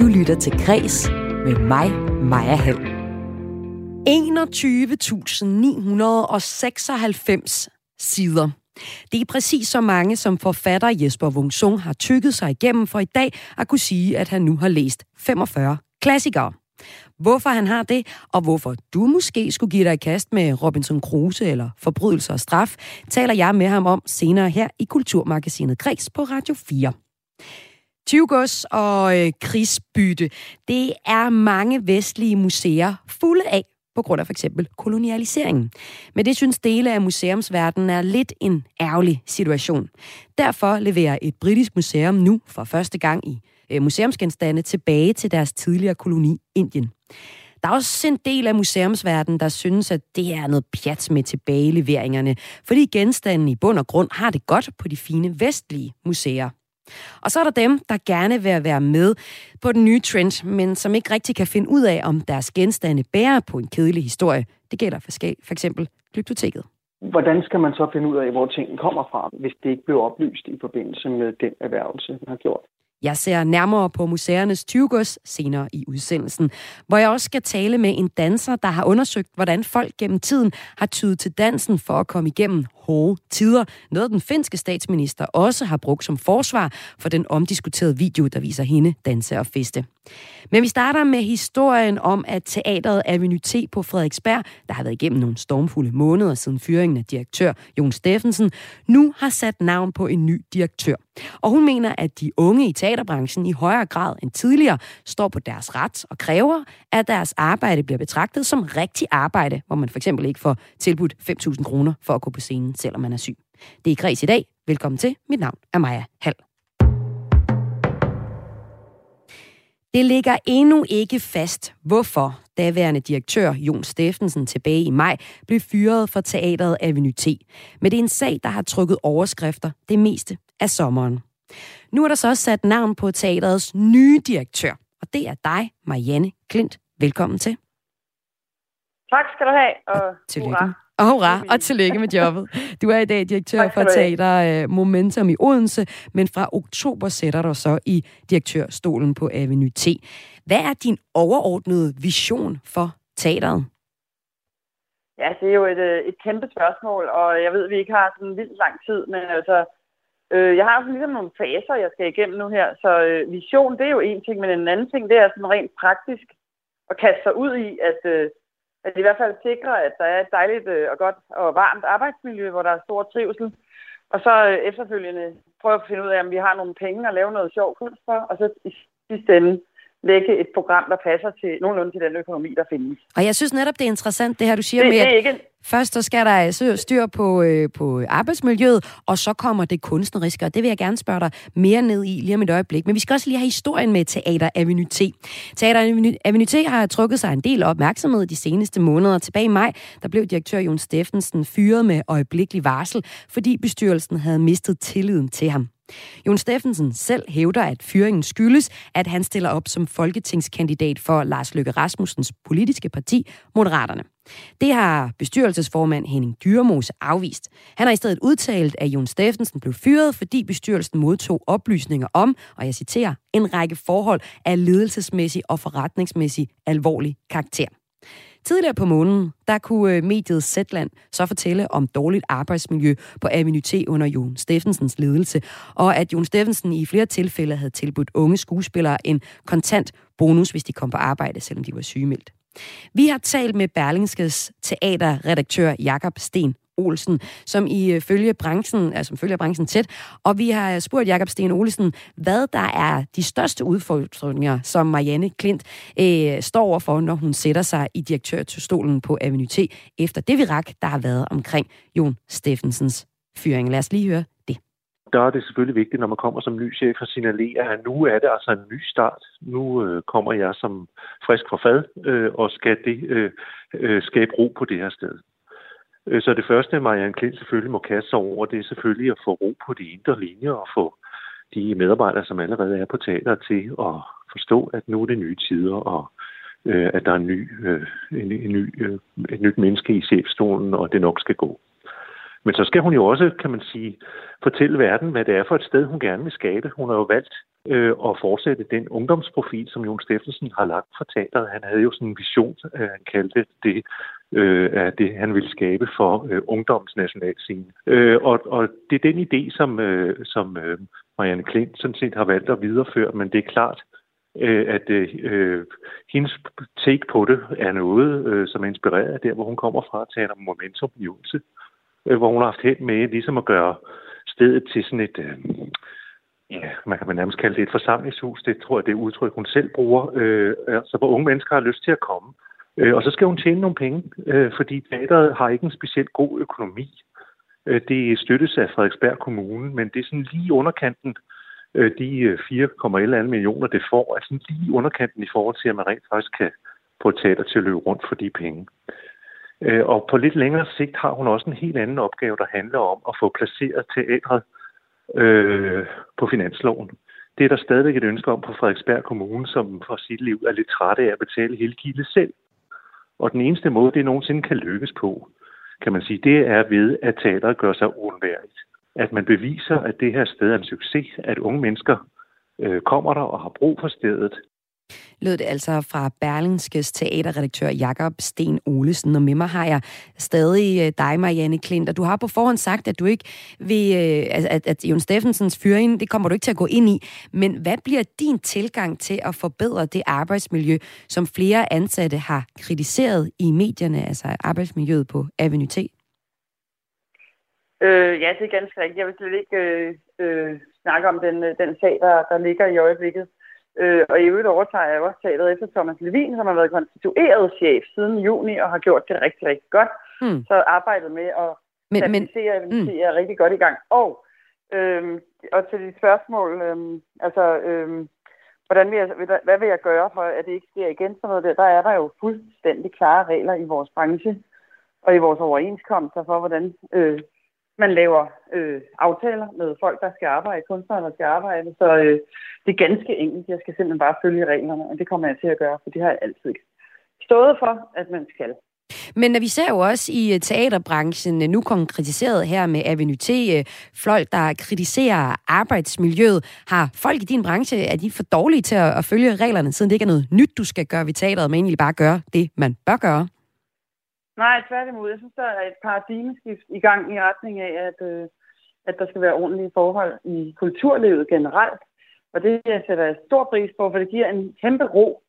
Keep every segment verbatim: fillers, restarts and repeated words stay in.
lytter til Græs med mig, Maja Hall. enogtyve tusind ni hundrede og seksoghalvfems sider. Det er præcis så mange, som forfatter Jesper Wung Sung har tykket sig igennem for i dag at kunne sige, at han nu har læst femogfyrre klassikere. Hvorfor han har det, og hvorfor du måske skulle give dig i kast med Robinson Crusoe eller Forbrydelse og Straf, taler jeg med ham om senere her i Kulturmagasinet Græs på Radio fire. Tyvegods og øh, krigsbytte, det er mange vestlige museer fulde af på grund af for eksempel kolonialiseringen. Men det synes dele af museumsverdenen er lidt en ærgerlig situation. Derfor leverer et britisk museum nu for første gang i øh, museumsgenstande tilbage til deres tidligere koloni Indien. Der er også en del af museumsverdenen, der synes, at det er noget pjat med tilbageleveringerne, fordi genstanden i bund og grund har det godt på de fine vestlige museer. Og så er der dem, der gerne vil være med på den nye trend, men som ikke rigtig kan finde ud af, om deres genstande bærer på en kedelig historie. Det gælder for eksempel Glyptoteket. Hvordan skal man så finde ud af, hvor tingene kommer fra, hvis det ikke bliver oplyst i forbindelse med den erhvervelse, man har gjort? Jeg ser nærmere på museernes tyvegods senere i udsendelsen, hvor jeg også skal tale med en danser, der har undersøgt, hvordan folk gennem tiden har tydet til dansen for at komme igennem hårde tider. Noget den finske statsminister også har brugt som forsvar for den omdiskuterede video, der viser hende danse og feste. Men vi starter med historien om, at teatret Avenue T på Frederiksberg, der har været igennem nogle stormfulde måneder siden fyringen af direktør Jon Steffensen, nu har sat navn på en ny direktør. Og hun mener, at de unge i teaterbranchen i højere grad end tidligere står på deres ret og kræver, at deres arbejde bliver betragtet som rigtig arbejde, hvor man for eksempel ikke får tilbudt fem tusind kroner for at gå på scenen, selvom man er syg. Det er Græs i dag. Velkommen til. Mit navn er Maja Hall. Det ligger endnu ikke fast, hvorfor daværende direktør Jon Steffensen tilbage i maj blev fyret fra teatret Avenue T. Men det er en sag, der har trykket overskrifter det meste af sommeren. Nu er der så sat navn på teatrets nye direktør, og det er dig, Marianne Klint. Velkommen til. Tak skal du have, og, og tillykke. Og hurra, og tillykke med jobbet. Du er i dag direktør for Teater Momentum i Odense, men fra oktober sætter du så i direktørstolen på Avenue T. Hvad er din overordnede vision for teateret? Ja, det er jo et, et kæmpe spørgsmål, og jeg ved, at vi ikke har sådan vildt lang tid, men altså, øh, jeg har jo ligesom nogle faser, jeg skal igennem nu her, så øh, vision, det er jo en ting, men en anden ting, det er sådan rent praktisk at kaste sig ud i, at øh, at i hvert fald sikre, at der er et dejligt og godt og varmt arbejdsmiljø, hvor der er stor trivsel. Og så efterfølgende prøve at finde ud af, om vi har nogle penge at lave noget sjov kunst for, og så i sidste ende lægge et program, der passer til nogenlunde til den økonomi, der findes. Og jeg synes netop, det er interessant, det her, du siger det, med, det er ikke... at først så skal der styr på, øh, på arbejdsmiljøet, og så kommer det kunstneriske, og det vil jeg gerne spørge dig mere ned i lige om et øjeblik. Men vi skal også lige have historien med Teater Avenue T. Teater Avenue T har trukket sig en del opmærksomhed de seneste måneder. Tilbage i maj, der blev direktør Jon Steffensen fyret med øjeblikkelig varsel, fordi bestyrelsen havde mistet tilliden til ham. Jon Steffensen selv hævder, at fyringen skyldes, at han stiller op som folketingskandidat for Lars Løkke Rasmussens politiske parti, Moderaterne. Det har bestyrelsesformand Henning Dyremose afvist. Han har i stedet udtalt, at Jon Steffensen blev fyret, fordi bestyrelsen modtog oplysninger om, og jeg citerer, en række forhold af ledelsesmæssig og forretningsmæssig alvorlig karakter. Tidligere på måneden, der kunne mediet Zetland så fortælle om dårligt arbejdsmiljø på Avenue T under Jon Steffensens ledelse, og at Jon Steffensen i flere tilfælde havde tilbudt unge skuespillere en kontant bonus, hvis de kom på arbejde, selvom de var sygemeldt. Vi har talt med Berlingskes teaterredaktør Jakob Sten Olsen, som i følge branchen, altså følger branchen tæt, og vi har spurgt Jakob Sten Olsen, hvad der er de største udfordringer, som Marianne Klint øh, står overfor, når hun sætter sig i direktørstolen på Avenue T, efter det virak, der har været omkring Jon Steffensens fyring. Lad os lige høre det. Der er det selvfølgelig vigtigt, når man kommer som ny chef og signalerer, at nu er det altså en ny start. Nu øh, kommer jeg som frisk fra fad, øh, og skal det øh, øh, skabe ro på det her sted. Så det første, Marianne Klint selvfølgelig må kaste sig over, det er selvfølgelig at få ro på de indre linjer og få de medarbejdere, som allerede er på teateret, til at forstå, at nu er det nye tider, og øh, at der er en ny, øh, en, en ny, øh, et nyt menneske i chefstolen, og det nok skal gå. Men så skal hun jo også, kan man sige, fortælle verden, hvad det er for et sted, hun gerne vil skabe. Hun har jo valgt øh, at fortsætte den ungdomsprofil, som Jon Steffensen har lagt for teateret. Han havde jo sådan en vision, øh, han kaldte det, øh, af det, han ville skabe for øh, ungdommens nationalscene. Øh, og, og det er den idé, som, øh, som øh, Marianne Klint sådan set har valgt at videreføre, men det er klart, at øh, hendes take på det er noget, øh, som er inspireret af der, hvor hun kommer fra, Teater Momentum i Odense, øh, hvor hun har haft held med ligesom at gøre stedet til sådan et, øh, ja, man kan nærmest kalde det et forsamlingshus. Det tror jeg, det er udtryk, hun selv bruger, øh, altså hvor unge mennesker har lyst til at komme. Øh, og så skal hun tjene nogle penge, øh, fordi teateret har ikke en specielt god økonomi. Øh, det støttes af Frederiksberg Kommune, men det er sådan lige underkanten. De fire komma et millioner, det får, er sådan lige underkanten i forhold til, at man rent faktisk kan få teater til at løbe rundt for de penge. Og på lidt længere sigt har hun også en helt anden opgave, der handler om at få placeret teatret øh, på finansloven. Det er der stadigvæk et ønske om på Frederiksberg Kommune, som for sit liv er lidt trætte af at betale hele gildet selv. Og den eneste måde, det nogensinde kan lykkes på, kan man sige, det er ved, at teateret gør sig uundværligt. At man beviser, at det her sted er en succes, at unge mennesker øh, kommer der og har brug for stedet. Lød det altså fra Berlingskes teaterredaktør Jakob Sten Olesen, og med mig har jeg stadig dig, Marianne Klint, og du har på forhånd sagt, at du ikke vil, at, at Jon Steffensens fyring, det kommer du ikke til at gå ind i, men hvad bliver din tilgang til at forbedre det arbejdsmiljø, som flere ansatte har kritiseret i medierne, altså arbejdsmiljøet på Avenue T? Øh, ja, det er ganske rigtigt. Jeg vil slet ikke øh, øh, snakke om den, den sag, der, der ligger i øjeblikket. Øh, og i øvrigt overtager jeg også teateret efter Thomas Levin, som har været konstitueret chef siden juni og har gjort det rigtig, rigtig godt. Mm. Så arbejdet med at certificere og mm. er rigtig godt i gang. Og, øh, og til de spørgsmål, øh, altså, øh, hvordan vil jeg, hvad vil jeg gøre for, at det ikke sker igen? Sådan noget der, der er der jo fuldstændig klare regler i vores branche og i vores overenskomster for, hvordan øh, man laver øh, aftaler med folk, der skal arbejde, kunstnere, der skal arbejde. Så øh, det er ganske enkelt. Jeg skal simpelthen bare følge reglerne, og det kommer jeg til at gøre, for det har jeg altid stået for, at man skal. Men vi ser jo også i teaterbranchen, nu konkretiseret her med Avenue T, folk, der kritiserer arbejdsmiljøet. Har folk i din branche, er de for dårlige til at følge reglerne, siden det ikke er noget nyt, du skal gøre ved teateret, men egentlig bare gøre det, man bør gøre? Nej, tværtimod. Jeg synes, der er et paradigmeskift i gang i retning af, at, øh, at der skal være ordentlige forhold i kulturlivet generelt. Og det jeg sætter jeg stor pris på, for det giver en kæmpe ro,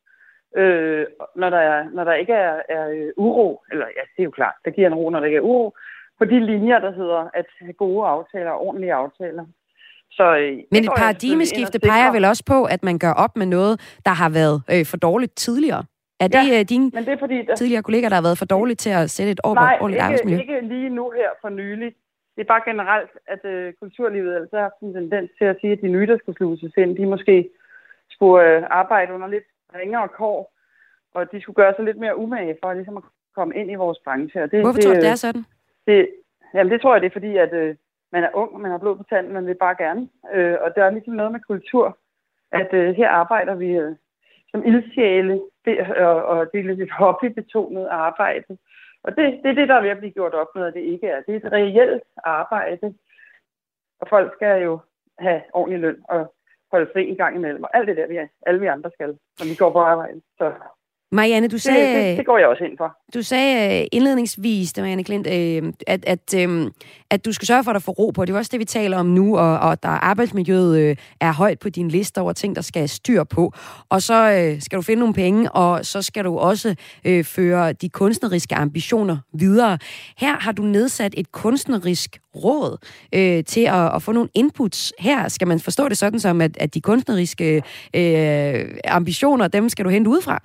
øh, når, der er, når der ikke er, er uro. Eller ja, det er jo klart, der giver en ro, når der ikke er uro. På de linjer, der hedder at have gode aftaler, ordentlige aftaler. Så, øh, Men et paradigmeskifte peger vel også på, at man gør op med noget, der har været øh, for dårligt tidligere? Er det ja, dine men det er fordi, der... tidligere kolleger, der har været for dårlige til at sætte et ordentligt arbejdsmiljø? Nej, ikke lige nu her for nylig. Det er bare generelt, at øh, kulturlivet altså har haft en tendens til at sige, at de nye, der skulle sluses ind, de måske skulle øh, arbejde under lidt ringere kår, og de skulle gøre sig lidt mere umage for ligesom at komme ind i vores branche. Og det, Hvorfor det, tror du, det er sådan? Det, jamen, det tror jeg, det er fordi, at øh, man er ung, man har blod på tanden, man vil bare gerne. Øh, og der er ligesom noget med kultur, at øh, her arbejder vi... Øh, som ildsjæle, og, og det er lidt et hobbybetonet arbejde. Og det, det er det, der er ved at blive gjort op med, at det ikke er. Det er et reelt arbejde, og folk skal jo have ordentlig løn og holde fri en gang imellem, og alt det der, vi, alle vi andre skal, når vi går på arbejde. Så Marianne, du sagde... Det, det, det går jeg også ind for. Du sagde indledningsvis, Marianne Klint, at, at, at du skal sørge for at få ro på. Det er også det, vi taler om nu, og, og der arbejdsmiljøet er højt på din liste over ting, der skal styr på. Og så skal du finde nogle penge, og så skal du også øh, føre de kunstneriske ambitioner videre. Her har du nedsat et kunstnerisk råd øh, til at, at få nogle inputs. Her skal man forstå det sådan som, at, at de kunstneriske øh, ambitioner, dem skal du hente udefra.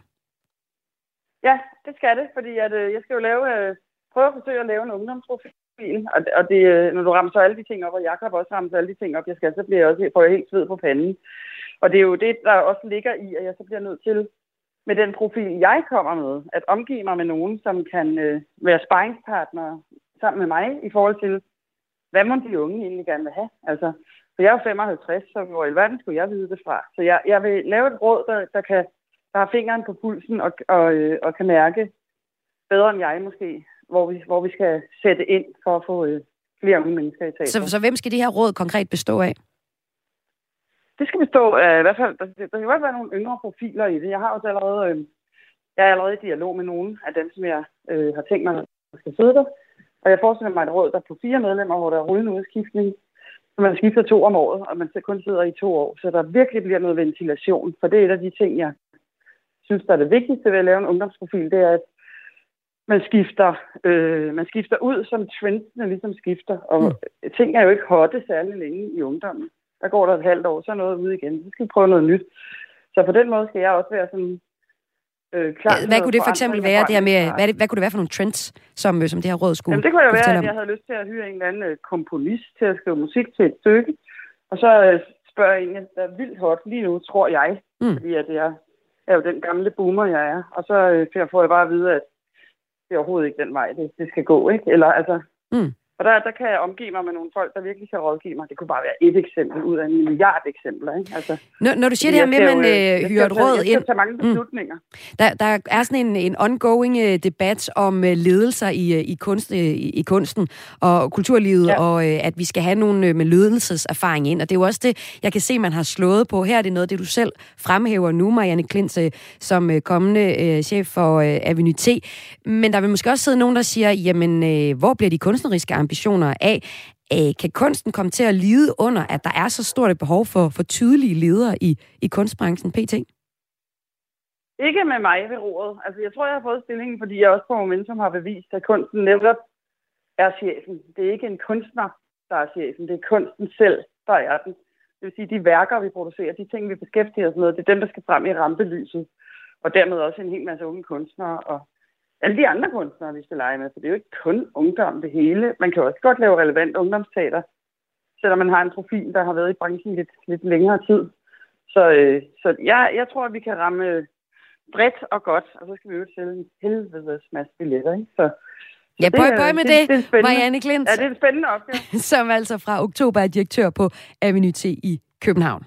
Ja, det skal det, fordi at, øh, jeg skal jo lave, øh, prøve at forsøge at lave en ungdomsprofil, og, og det, øh, når du rammer så alle de ting op, og Jakob også rammer så alle de ting op, jeg skal, så bliver jeg også får jeg helt sved på panden. Og det er jo det, der også ligger i, at jeg så bliver nødt til, med den profil, jeg kommer med, at omgive mig med nogen, som kan øh, være sparringspartner sammen med mig, i forhold til, hvad må de unge egentlig gerne vil have. Altså, for jeg er jo femoghalvtreds, så hvor i verden skulle jeg vide det fra. Så jeg, jeg vil lave et råd, der, der kan der har fingeren på pulsen og, og, og kan mærke bedre end jeg måske, hvor vi, hvor vi skal sætte ind for at få, øh, flere unge mennesker i teatret. Så, så hvem skal det her råd konkret bestå af? Det skal bestå af, i hvert fald, der, der kan godt være nogle yngre profiler i det. Jeg har også allerede, øh, jeg er allerede i dialog med nogle af dem, som jeg øh, har tænkt mig, at skal sidde der. Og jeg forestiller mig et råd, der er på fire medlemmer, hvor der er rullende udskiftning. Så man skifter to om året, og man kun sidder i to år. Så der virkelig bliver noget ventilation. For det er et af de ting, jeg synes, der er det vigtigste ved at lave en ungdomsprofil. Det er, at man skifter, øh, man skifter ud, som trendsene ligesom skifter. Og mm. ting er jo ikke hotte særlig længe i ungdommen. Der går der et halvt år, så er noget ude igen. Så skal vi prøve noget nyt. Så på den måde skal jeg også være sådan øh, klar. Hvad kunne det for eksempel være, det her med, hvad, det, hvad kunne det være for nogle trends, som, som det her råd skulle? Jamen, det kunne jo være, at jeg havde lyst til at hyre en eller anden komponist til at skrive musik til et stykke. Og så øh, spørger jeg en, der er vildt hot lige nu, tror jeg. Mm. Fordi at jeg er jo den gamle boomer, jeg er. Og så øh, får jeg bare at vide, at det er overhovedet ikke den vej, det, det skal gå, ikke? Eller altså... Mm. Og der, der kan jeg omgive mig med nogle folk, der virkelig kan rådgive mig. Det kunne bare være et eksempel ud af en milliard eksempler. Ikke? Altså, når, når du siger det her med, at man øh, hyrer et råd ind... Jeg skal tage mange beslutninger. Mm. Der, der er sådan en, en ongoing uh, debat om uh, ledelser i, uh, i, kunst, uh, i kunsten og kulturlivet, ja. og uh, at vi skal have nogle uh, med ledelseserfaring ind. Og det er jo også det, jeg kan se, man har slået på. Her er det noget, det du selv fremhæver nu, Marianne Klintz, uh, som uh, kommende uh, chef for uh, Aveny T. Men der vil måske også sidde nogen, der siger, jamen, uh, hvor bliver de kunstneriske ambitioner af? Kan kunsten komme til at lide under, at der er så stort et behov for, for tydelige ledere i, i kunstbranchen, P T? Ikke med mig ved roret. Altså, jeg tror, jeg har fået stillingen, fordi jeg også på Momentum har bevist, at kunsten netop er chefen. Det er ikke en kunstner, der er chefen. Det er kunsten selv, der er den. Det vil sige, de værker, vi producerer, de ting, vi beskæftiger os med, det er dem, der skal frem i rampelyset. Og dermed også en hel masse unge kunstnere og alle de andre kunstnere, vi skal lege med, for det er jo ikke kun ungdom det hele. Man kan også godt lave relevant ungdomsteater, selvom man har en profil, der har været i branchen lidt, lidt længere tid. Så, øh, så jeg, jeg tror, at vi kan ramme bredt og godt, og så skal vi jo sælge en helvedes masse billetter, ikke? Så, ja, bøj, bøj med det, det, det Marianne Klintz. Ja, det er en spændende opgave. Som altså fra oktober er direktør på Aveny T i København.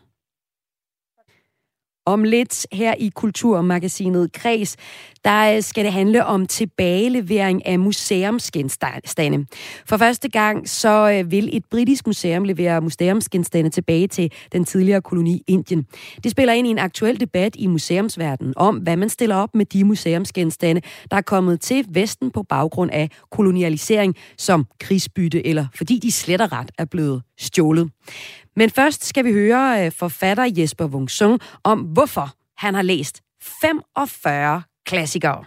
Om lidt her i Kulturmagasinet Kreds, der skal det handle om tilbagelevering af museumsgenstande. For første gang så vil et britisk museum levere museumsgenstande tilbage til den tidligere koloni Indien. Det spiller ind i en aktuel debat i museumsverdenen om, hvad man stiller op med de museumsgenstande, der er kommet til Vesten på baggrund af kolonialisering som krigsbytte, eller fordi de slet og ret er blevet stjålet. Men først skal vi høre forfatter Jesper Wung-Sung om, hvorfor han har læst femogfyrre klassikere.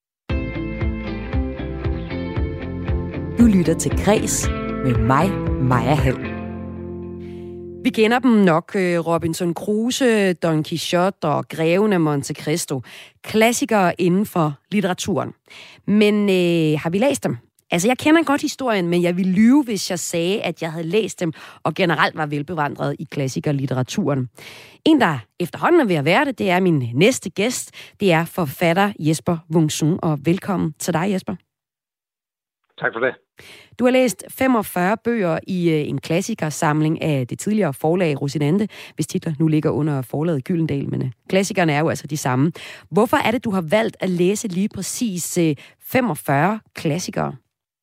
Du lytter til Kreds med mig, Maja Hall. Vi kender dem nok, Robinson Crusoe, Don Quixote og Greven af Monte Cristo. Klassikere inden for litteraturen. Men øh, har vi læst dem? Altså, jeg kender godt historien, men jeg ville lyve, hvis jeg sagde, at jeg havde læst dem og generelt var velbevandret i klassikerlitteraturen. En, der efterhånden er ved at være det, det er min næste gæst. Det er forfatter Jesper Wung-Sung, og velkommen til dig, Jesper. Tak for det. Du har læst femogfyrre bøger i en klassikersamling af det tidligere forlag Rosinante, hvis titler nu ligger under forlaget Gyldendal, men klassikerne er jo altså de samme. Hvorfor er det, du har valgt at læse lige præcis femogfyrre klassikere?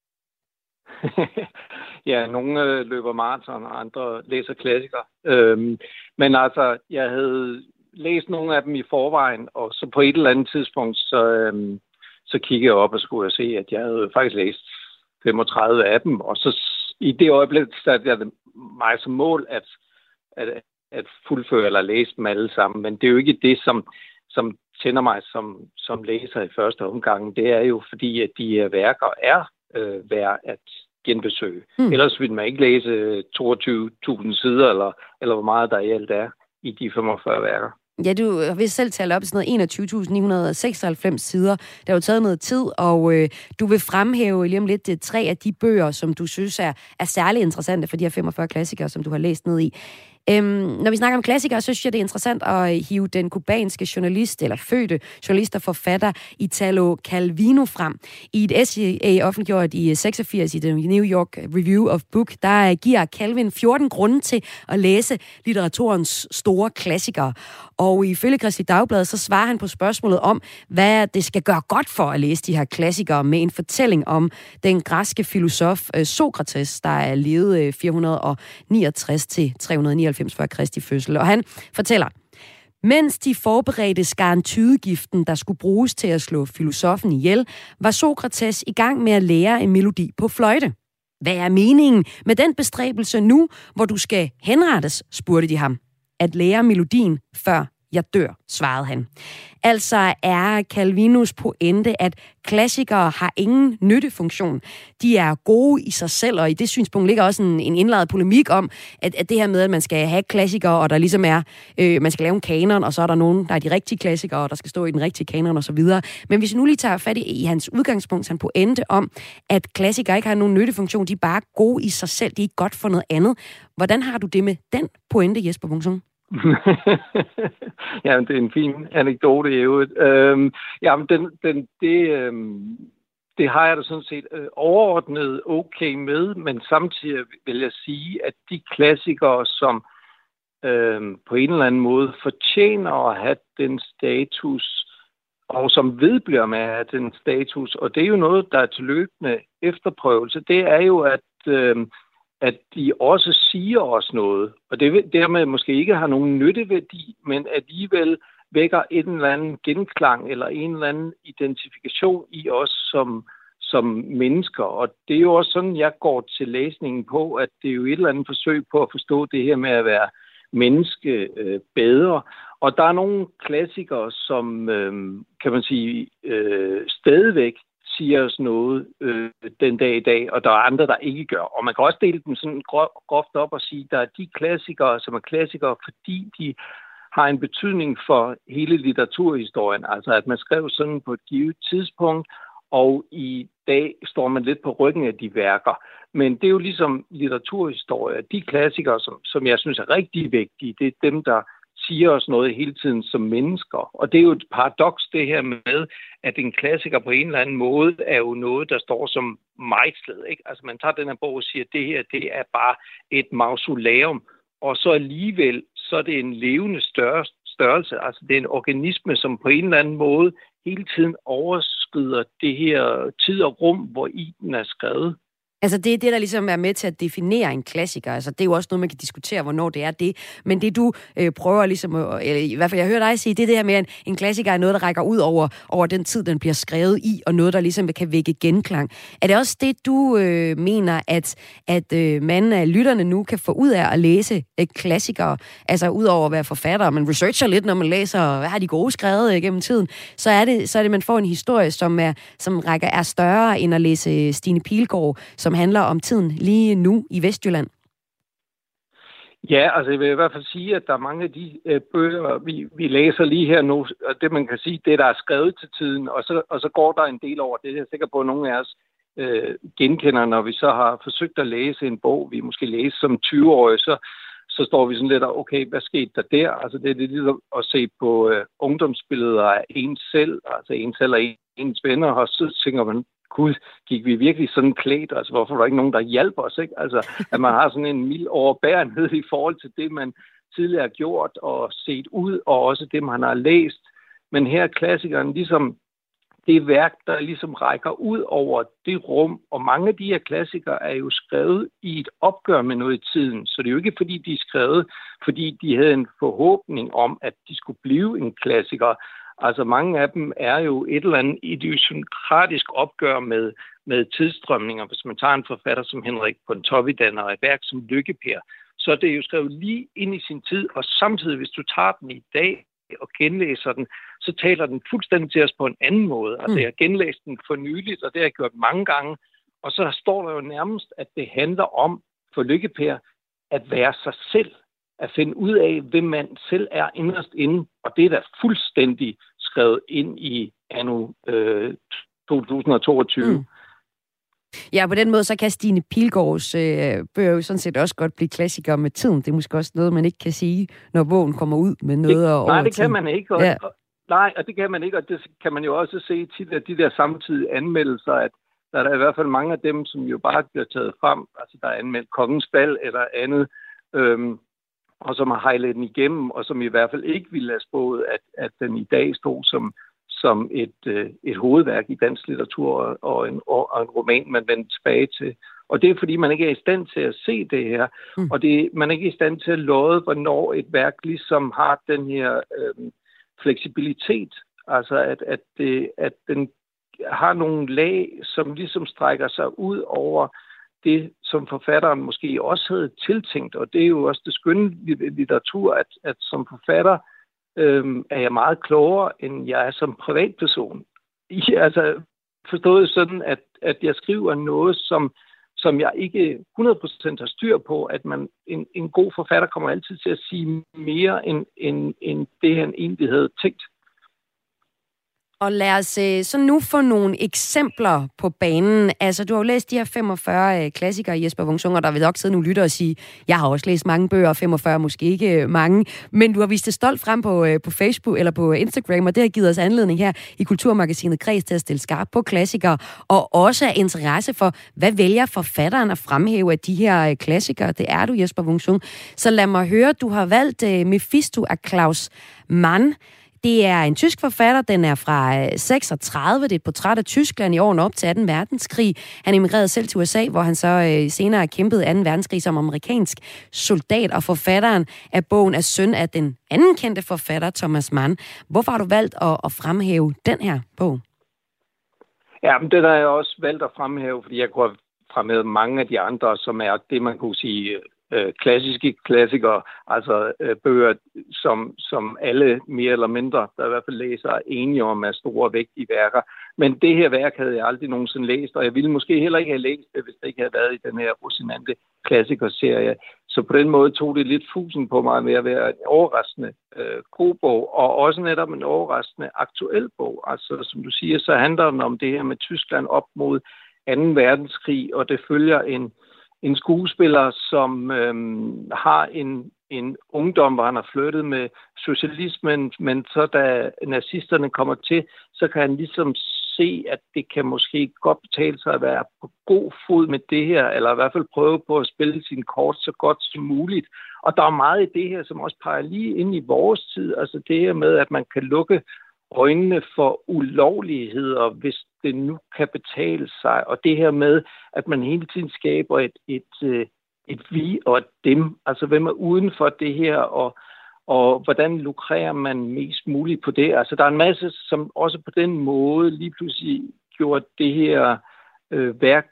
Ja, nogle løber maraton, og andre læser klassikere. Øhm, men altså, jeg havde læst nogle af dem i forvejen, og så på et eller andet tidspunkt, så, øhm, så kiggede jeg op og skulle jeg se, at jeg havde faktisk læst femogtredive af dem, og så i det øjeblik satte jeg mig som mål at, at, at fuldføre eller læse dem alle sammen. Men det er jo ikke det, som, som tænder mig som, som læser i første omgang. Det er jo fordi, at de her værker er øh, værd at genbesøge. Hmm. Ellers vil man ikke læse toogtyve tusind sider, eller, eller hvor meget der i alt er i de femogfyrre værker. Ja, du har vist selv talt op i sådan noget enogtyve tusind ni hundrede og seksoghalvfems sider. Der har jo taget noget tid, og øh, du vil fremhæve lige om lidt det, tre af de bøger, som du synes er, er særlig interessante for de her femogfyrre klassikere, som du har læst ned i. Øhm, når vi snakker om klassikere, så synes jeg, det er interessant at hive den kubanske journalist, eller fødte journalist og forfatter Italo Calvino frem. I et essay offentliggjort i seksogfirs i The New York Review of Book, der giver Calvin fjorten grunde til at læse litteraturens store klassikere. Og ifølge Kristeligt Dagblad, så svarer han på spørgsmålet om, hvad det skal gøre godt for at læse de her klassikere, med en fortælling om den græske filosof Sokrates, der er levet fire hundrede niogtres til tre hundrede nioghalvfems før Kristi fødsel. Og han fortæller: mens de forberedte skarntydegiften, der skulle bruges til at slå filosofen ihjel, var Sokrates i gang med at lære en melodi på fløjte. Hvad er meningen med den bestræbelse nu, hvor du skal henrettes, spurgte de ham. At lære melodien, før jeg dør, svarede han. Altså er Calvinos pointe, at klassikere har ingen nyttefunktion. De er gode i sig selv, og i det synspunkt ligger også en, en indladet polemik om, at, at det her med, at man skal have klassikere, og der ligesom er, øh, man skal lave en kanon, og så er der nogen, der er de rigtige klassikere, og der skal stå i den rigtige kanon og så videre. Men hvis vi nu lige tager fat i, i hans udgangspunkt, han pointe om, at klassikere ikke har nogen nyttefunktion, de er bare gode i sig selv, de er ikke godt for noget andet. Hvordan har du det med den pointe, Jesper Wung-Sung? Jamen, det er en fin anekdote i øvrigt. Øhm, jamen, den, den, det, øhm, det har jeg da sådan set øh, overordnet okay med, men samtidig vil jeg sige, at de klassikere, som øhm, på en eller anden måde fortjener at have den status, og som vedbliver med at have den status, og det er jo noget, der er til løbende efterprøvelse, det er jo, at øhm, at de også siger os noget, og det dermed måske ikke har nogen nytteværdi, men alligevel vækker en eller anden genklang eller en eller anden identifikation i os som, som mennesker. Og det er jo også sådan, jeg går til læsningen på, at det er jo et eller andet forsøg på at forstå det her med at være menneske øh, bedre. Og der er nogle klassikere, som øh, kan man sige øh, stadigvæk siger os noget øh, den dag i dag, og der er andre, der ikke gør. Og man kan også dele dem sådan groft op og sige, at der er de klassikere, som er klassikere, fordi de har en betydning for hele litteraturhistorien. Altså at man skrev sådan på et givet tidspunkt, og i dag står man lidt på ryggen af de værker. Men det er jo ligesom litteraturhistorie. De klassikere, som, som jeg synes er rigtig vigtige, det er dem, der siger os noget hele tiden som mennesker. Og det er jo et paradoks det her med, at en klassiker på en eller anden måde er jo noget, der står som mejslet, ikke? Altså man tager den her bog og siger, at det her, det er bare et mausoleum, og så alligevel, så er det en levende størrelse. Altså det er en organisme, som på en eller anden måde hele tiden overskrider det her tid og rum, hvor i den er skrevet. Altså det er det, der ligesom er med til at definere en klassiker. Altså det er jo også noget, man kan diskutere, hvornår det er det. Men det du øh, prøver ligesom, eller i hvert fald jeg hører dig sige, det er det her med, at en klassiker er noget, der rækker ud over, over den tid, den bliver skrevet i, og noget, der ligesom kan vække genklang. Er det også det, du øh, mener, at, at øh, man af lytterne nu kan få ud af at læse øh, klassikere? Altså ud over at være forfatter, man researcher lidt, når man læser, hvad har de gode skrevet øh, gennem tiden, så er det, så er det, man får en historie, som, er, som rækker, er større end at læse Stine Pilgaard, som handler om tiden lige nu i Vestjylland? Ja, altså jeg vil i hvert fald sige, at der er mange af de øh, bøger, vi, vi læser lige her nu, og det man kan sige, det der er skrevet til tiden, og så, og så går der en del over det. Jeg er sikker på, at nogle af os øh, genkender, når vi så har forsøgt at læse en bog, vi måske læser som tyve-årige, så, så står vi sådan lidt og, okay, hvad skete der der? Altså det er lidt ligesom at se på øh, ungdomsbilleder af ens selv, altså ens selv og ens venner, og så tænker man, gud, gik vi virkelig sådan klædt? Altså, hvorfor er der ikke nogen, der hjælper os, ikke? Altså, at man har sådan en mild overbærenhed i forhold til det, man tidligere har gjort og set ud, og også det, man har læst. Men her er klassikeren ligesom det værk, der ligesom rækker ud over det rum, og mange af de her klassikere er jo skrevet i et opgør med noget i tiden, så det er jo ikke, fordi de er skrevet, fordi de havde en forhåbning om, at de skulle blive en klassiker. Altså mange af dem er jo et eller andet idiosynkratisk opgør med, med tidsstrømninger. Hvis man tager en forfatter som Henrik Pontoppidan og et værk som Lykke-Per, så er det jo skrevet lige ind i sin tid, og samtidig, hvis du tager den i dag og genlæser den, så taler den fuldstændig til os på en anden måde. Altså jeg har genlæst den for nyligt, og det har jeg gjort mange gange, og så står der jo nærmest, at det handler om for Lykke-Per at være sig selv, at finde ud af, hvem man selv er inderst inde, og det er da fuldstændig skrevet ind i anno øh, to tusind og toogtyve. Mm. Ja, på den måde, så kan Stine Pilgaards øh, bøger jo sådan set også godt blive klassikere med tiden. Det er måske også noget, man ikke kan sige, når bogen kommer ud med noget det, over Nej, det tiden. kan man ikke. Og, ja. og, nej, og det kan man ikke, og det kan man jo også se tit af de der samtidige anmeldelser, at der er der i hvert fald mange af dem, som jo bare bliver taget frem. Altså, der er anmeldt Kongens Bal eller andet, øhm, og som har hejlet den igennem, og som i hvert fald ikke ville have spået, at, at den i dag stod som, som et, øh, et hovedværk i dansk litteratur og en, og en roman, man vendte tilbage til. Og det er, fordi man ikke er i stand til at se det her, mm. og det, man er ikke i stand til at lode, hvornår et værk ligesom har den her øh, fleksibilitet, altså at, at, det, at den har nogle lag, som ligesom strækker sig ud over det, som forfatteren måske også havde tiltænkt. Og det er jo også det skønne litteratur, at, at som forfatter øhm, er jeg meget klogere, end jeg er som privatperson. I, altså forstået sådan, at, at jeg skriver noget, som, som jeg ikke hundrede procent har styr på, at man en, en god forfatter kommer altid til at sige mere, end, end, end det, han egentlig havde tænkt. Og lad os så nu få nogle eksempler på banen. Altså, du har jo læst de her femogfyrre klassikere, Jesper Wung-Sung, og der vil nok sidde nogle lyttere og sige, jeg har også læst mange bøger, femogfyrre måske ikke mange, men du har vist det stolt frem på, på Facebook eller på Instagram, og det har givet os anledning her i Kulturmagasinet Kreds til at stille skarp på klassikere, og også af interesse for, hvad vælger forfatteren at fremhæve af de her klassikere? Det er du, Jesper Wung-Sung. Så lad mig høre, du har valgt Mephisto af Klaus Mann. Det er en tysk forfatter, den er fra seksogtredive, det er et portræt af Tyskland i årene op til anden verdenskrig. Han emigrerede selv til U S A, hvor han så senere kæmpede anden verdenskrig som amerikansk soldat, og forfatteren af bogen er søn af den anden kendte forfatter, Thomas Mann. Hvorfor har du valgt at, at fremhæve den her bog? Ja, men den har jeg også valgt at fremhæve, fordi jeg kunne have fremhævet mange af de andre, som er det, man kunne sige klassiske klassikere, altså øh, bøger, som, som alle mere eller mindre, der i hvert fald læser, er enige om er store og vigtige værker. Men det her værk havde jeg aldrig nogensinde læst, og jeg ville måske heller ikke have læst det, hvis det ikke havde været i den her Rosinante klassikerserie. Så på den måde tog det lidt fusen på mig med at være en overraskende øh, god bog, og også netop en overraskende aktuel bog. Altså, som du siger, så handler den om det her med Tyskland op mod anden verdenskrig, og det følger en En skuespiller, som øhm, har en, en ungdom, hvor han har flyttet med socialismen, men så da nazisterne kommer til, så kan han ligesom se, at det kan måske godt betale sig at være på god fod med det her, eller i hvert fald prøve på at spille sin kort så godt som muligt. Og der er meget i det her, som også peger lige ind i vores tid, altså det her med, at man kan lukke øjnene for ulovligheder, hvis det nu kan betale sig. Og det her med, at man hele tiden skaber et, et, et vi og et dem. Altså, hvem er uden for det her, og, og hvordan lukrerer man mest muligt på det? Altså, der er en masse, som også på den måde lige pludselig gjorde det her øh, værk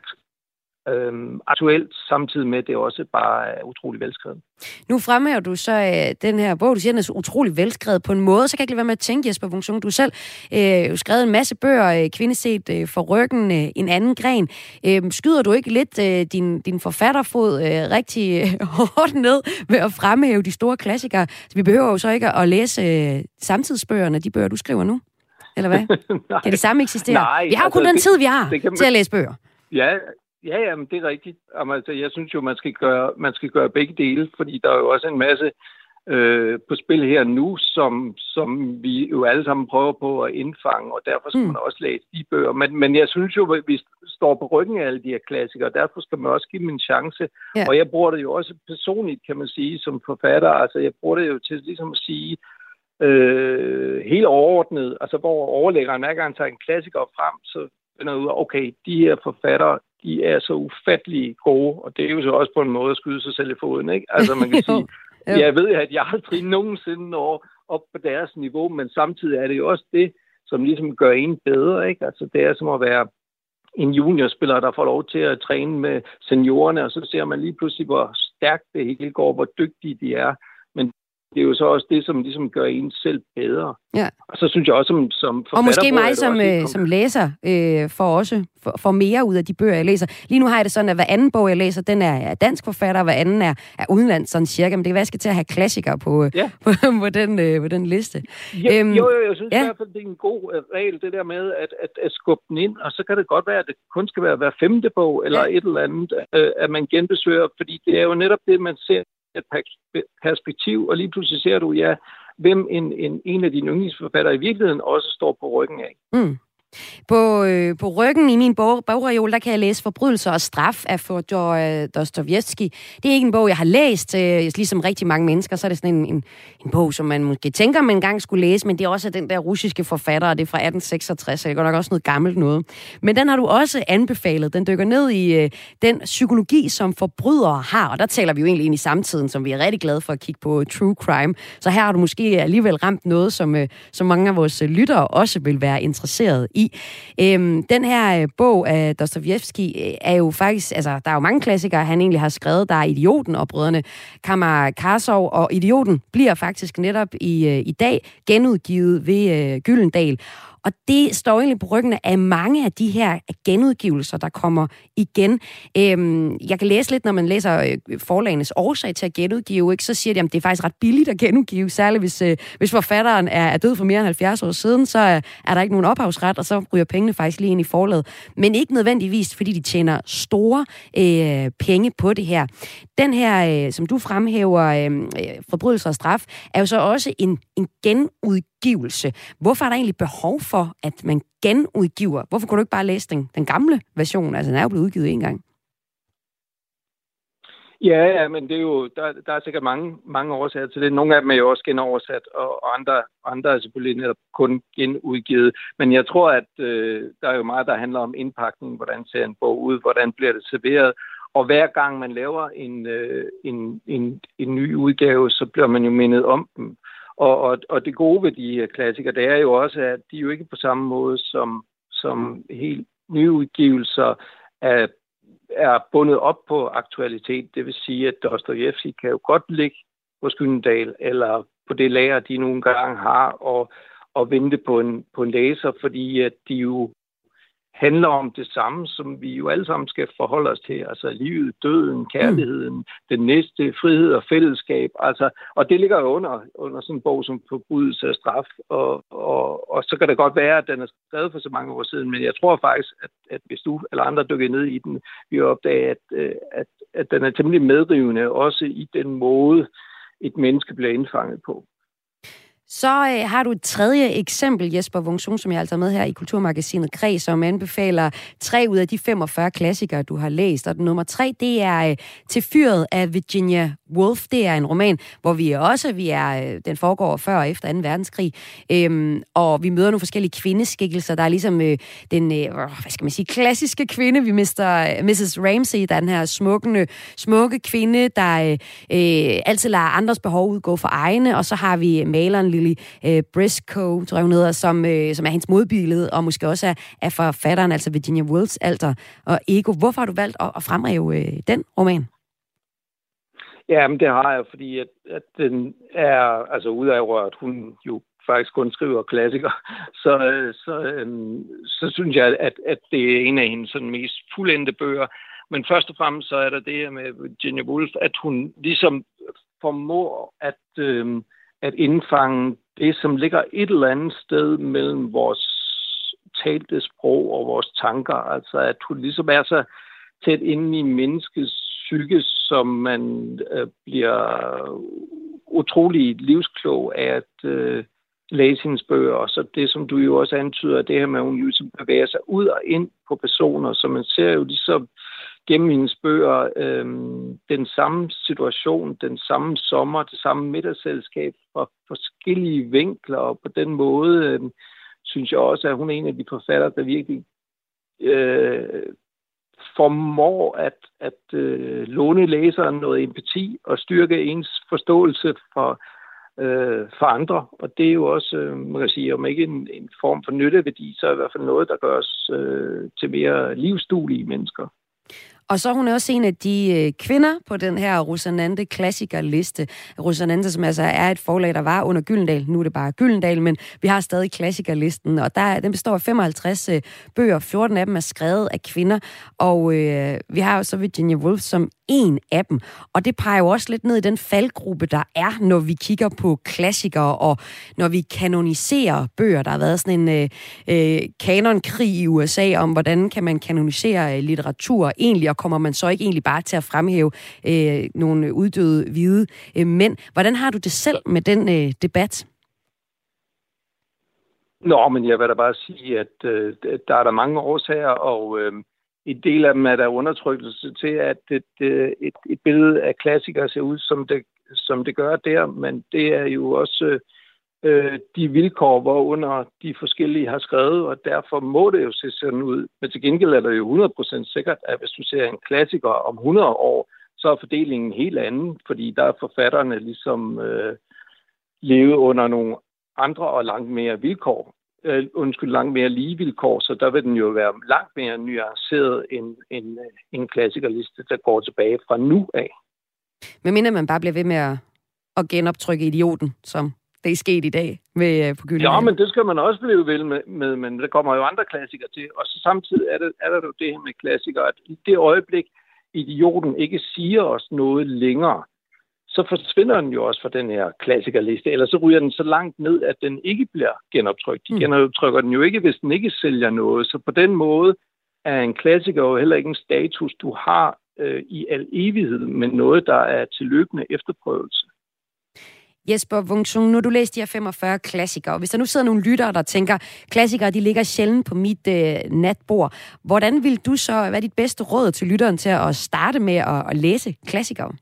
Øhm, aktuelt, samtidig med, at det også bare er utrolig velskrevet. Nu fremhæver du så øh, den her bog, du siger, den er så utrolig velskrevet på en måde, så kan jeg ikke lade være med at tænke, Jesper Wung-Sung, du selv øh, skrevet en masse bøger, øh, Kvindeset øh, for ryggen, øh, en anden gren. Øh, skyder du ikke lidt øh, din, din forfatterfod øh, rigtig øh, hårdt ned ved at fremhæve de store klassikere? Så vi behøver jo så ikke at læse øh, samtidsbøgerne, de bøger, du skriver nu, eller hvad? Kan det samme eksistere? Nej, vi har jo altså, kun den det, tid, vi har man... til at læse bøger. Ja, Ja, ja, men det er rigtigt. Altså, jeg synes jo, man skal gøre, man skal gøre begge dele, fordi der er jo også en masse øh, på spil her nu, som, som vi jo alle sammen prøver på at indfange, og derfor skal mm. man også læse de bøger. Men, men jeg synes jo, at vi står på ryggen af alle de her klassikere, og derfor skal man også give dem en chance. Yeah. Og jeg bruger det jo også personligt, kan man sige, som forfatter. Altså, jeg bruger det jo til ligesom at sige, øh, helt overordnet, altså hvor overlæggeren hver gang tager en klassiker frem, så finder ud af, okay, de her forfattere, de er så ufattelig gode, og det er jo så også på en måde at skyde sig selv i foden, ikke? Altså man kan sige, jeg ved, at jeg aldrig nogensinde når op på deres niveau, men samtidig er det jo også det, som ligesom gør en bedre, ikke? Altså det er som at være en juniorspiller, der får lov til at træne med seniorerne, og så ser man lige pludselig, hvor stærkt det hele går, hvor dygtige de er. Men det er jo så også det, som ligesom gør en selv bedre. Ja. Og så synes jeg også, som, som forfatter... Og måske mig som, øh, som læser øh, får også for, for mere ud af de bøger, jeg læser. Lige nu har jeg det sådan, at hver anden bog, jeg læser, den er, er dansk forfatter, og hver anden er, er udenlands, sådan cirka. Men det kan være, jeg skal til at have klassikere på, ja. på, på, den, øh, på den liste. Ja, øhm, jo, jo, jeg synes ja. i hvert fald, det er en god uh, regel, det der med at, at, at skubbe den ind, og så kan det godt være, at det kun skal være hver femte bog, eller ja. et eller andet, uh, at man genbesøger, fordi det er jo netop det, man ser et perspektiv, og lige pludselig ser du, ja, hvem en, en, en af dine yndlingsforfattere i virkeligheden også står på ryggen af. Mm. På, øh, på ryggen i min bog, bogreol, der kan jeg læse Forbrydelser og straf af Fjodor Dostojevskij. Det er ikke en bog, jeg har læst, øh, ligesom rigtig mange mennesker. Så er det sådan en, en, en bog, som man måske tænker, man engang skulle læse, men det er også den der russiske forfatter, og det er fra atten seksogtres, så det er godt nok også noget gammelt noget. Men den har du også anbefalet. Den dykker ned i øh, den psykologi, som forbrydere har, og der taler vi jo egentlig ind i samtiden, som vi er rigtig glade for at kigge på true crime. Så her har du måske alligevel ramt noget, som, øh, som mange af vores lyttere også vil være interesseret i. Øhm, den her øh, bog af Dostojevskij øh, er jo faktisk, altså der er jo mange klassikere, han egentlig har skrevet. Der er Idioten og Brødrene Karamazov, og Idioten bliver faktisk netop i, øh, i dag genudgivet ved øh, Gyldendal. Og det står egentlig på ryggen af mange af de her genudgivelser, der kommer igen. Øhm, jeg kan læse lidt, når man læser forlagenes årsag til at genudgive, ikke? Så siger de, at det er faktisk ret billigt at genudgive, særligt hvis, øh, hvis forfatteren er, er død for mere end halvfjerds år siden, så er, er der ikke nogen ophavsret, og så ryger pengene faktisk lige ind i forlaget. Men ikke nødvendigvis, fordi de tjener store øh, penge på det her. Den her, øh, som du fremhæver, øh, Forbrydelser og straf, er jo så også en, en genudgivelse. Hvorfor er der egentlig behov for, at man genudgiver? Hvorfor kunne du ikke bare læse den, den gamle version? Altså, den er jo blevet udgivet en gang. Ja, ja, men det er jo, der, der er sikkert mange, mange årsager til det. Nogle af dem er jo også genoversat, og, og andre, andre er selvfølgelig netop kun genudgivet. Men jeg tror, at øh, der er jo meget, der handler om indpakning, hvordan ser en bog ud, hvordan bliver det serveret. Og hver gang man laver en, øh, en, en, en ny udgave, så bliver man jo mindet om dem. Og, og, og det gode ved de klassikere, det er jo også, at de jo ikke på samme måde som, som helt nye udgivelser er, er bundet op på aktualitet. Det vil sige, at Dostojevskij kan jo godt ligge på Gyldendal eller på det lager, de nogle gange har, og, og vente på en, på en læser, fordi at de jo handler om det samme, som vi jo alle sammen skal forholde os til. Altså livet, døden, kærligheden, mm. den næste, frihed og fællesskab. Altså, og det ligger jo under, under sådan en bog som Forbrydelse og straf. Og, og, og så kan det godt være, at den er skrevet for så mange år siden, men jeg tror faktisk, at, at hvis du eller andre dykker ned i den, vi opdager, at, at, at den er temmelig medrivende, også i den måde, et menneske bliver indfanget på. Så øh, har du et tredje eksempel, Jesper Wung-Sung, som jeg altså er med her i Kulturmagasinet Kreds, som anbefaler tre ud af de femogfyrre klassikere, du har læst. Og den nummer tre, det er øh, Til fyret af Virginia Woolf. Det er en roman, hvor vi også, vi er, øh, den foregår før og efter anden verdenskrig, øhm, og vi møder nogle forskellige kvindeskikkelser. Der er ligesom øh, den, øh, hvad skal man sige, klassiske kvinde. Vi mister øh, missus Ramsay, der er den her smukke, smukke kvinde, der øh, øh, altid lader andres behov udgå for egne. Og så har vi maleren Lily øh, Briscoe, tror jeg hun hedder, som, øh, som er hendes modbillede, og måske også er, er forfatteren, altså Virginia Woolfs Alter og Ego. Hvorfor har du valgt at, at fremhæve øh, den roman? Ja, men det har jeg, fordi at, at den er, altså udover at hun jo faktisk kun skriver klassikere, så, så, øhm, så synes jeg, at, at det er en af hendes sådan mest fuldendte bøger. Men først og fremmest så er der det her med Virginia Woolf, at hun ligesom formår at, øhm, at indfange det, som ligger et eller andet sted mellem vores talte sprog og vores tanker. Altså at hun ligesom er så tæt inde i menneskets psyke, som man øh, bliver utrolig livsklog af at øh, læse hendes bøger. Og så det, som du jo også antyder, det her med, at hun ligesom bevæger sig ud og ind på personer, så man ser jo ligesom gennem hendes bøger øh, den samme situation, den samme sommer, det samme middagsselskab fra forskellige vinkler, og på den måde øh, synes jeg også, at hun er en af de forfattere, der virkelig øh, formår at, at øh, låne læseren noget empati og styrke ens forståelse for, øh, for andre. Og det er jo også, øh, man kan sige, om ikke en, en form for nytteværdi, så er i hvert fald noget, der gør os øh, til mere livsduelige mennesker. Og så er hun også en af de øh, kvinder på den her Rosanante klassikerliste. Rosanante, som altså er et forlag, der var under Gyldendal. Nu er det bare Gyldendal, men vi har stadig klassikerlisten. Og der, den består af femoghalvtreds øh, bøger. fjorten af dem er skrevet af kvinder. Og øh, vi har jo så Virginia Woolf som en af dem. Og det peger jo også lidt ned i den faldgruppe, der er, når vi kigger på klassikere, og når vi kanoniserer bøger. Der har været sådan en øh, øh, kanonkrig i U S A om, hvordan kan man kanonisere øh, litteratur egentlig, og kommer man så ikke egentlig bare til at fremhæve øh, nogle uddøde hvide øh, mænd. Hvordan har du det selv med den øh, debat? Nå, men jeg vil da bare sige, at øh, der er der mange årsager, og øh, en del af dem er der undertrykkelse til, at et, et, et billede af klassikere ser ud, som det, som det gør der, men det er jo også øh, de vilkår, hvorunder de forskellige har skrevet, og derfor må det jo se sådan ud. Men til gengæld er det jo hundrede procent sikkert, at hvis du ser en klassiker om hundrede år, så er fordelingen helt anden, fordi der er forfatterne ligesom øh, levet under nogle andre og langt mere vilkår. Uh, undskyld, langt mere lige vilkår, så der vil den jo være langt mere nuanceret end en, en klassikerliste, der går tilbage fra nu af. Men mindre man bare bliver ved med at, at genoptrykke Idioten, som det er sket i dag med, på Gyldendal. Ja, men det skal man også blive ved med, med, men der kommer jo andre klassikere til. Og så samtidig er, det, er der jo det her med klassikere, at i det øjeblik, Idioten ikke siger os noget længere, så forsvinder den jo også fra den her klassikerliste, eller så ryger den så langt ned, at den ikke bliver genoptrykt. De genoptrykker den jo ikke, hvis den ikke sælger noget. Så på den måde er en klassiker jo heller ikke en status, du har øh, i al evighed, men noget, der er til løbende efterprøvelse. Jesper Wung-Sung, nu har du læst de her femogfyrre klassikere, og hvis der nu sidder nogle lyttere, der tænker, klassikere, de ligger sjældent på mit øh, natbord, hvordan vil du så, hvad er dit bedste råd til lytteren til at starte med at, at læse klassikere?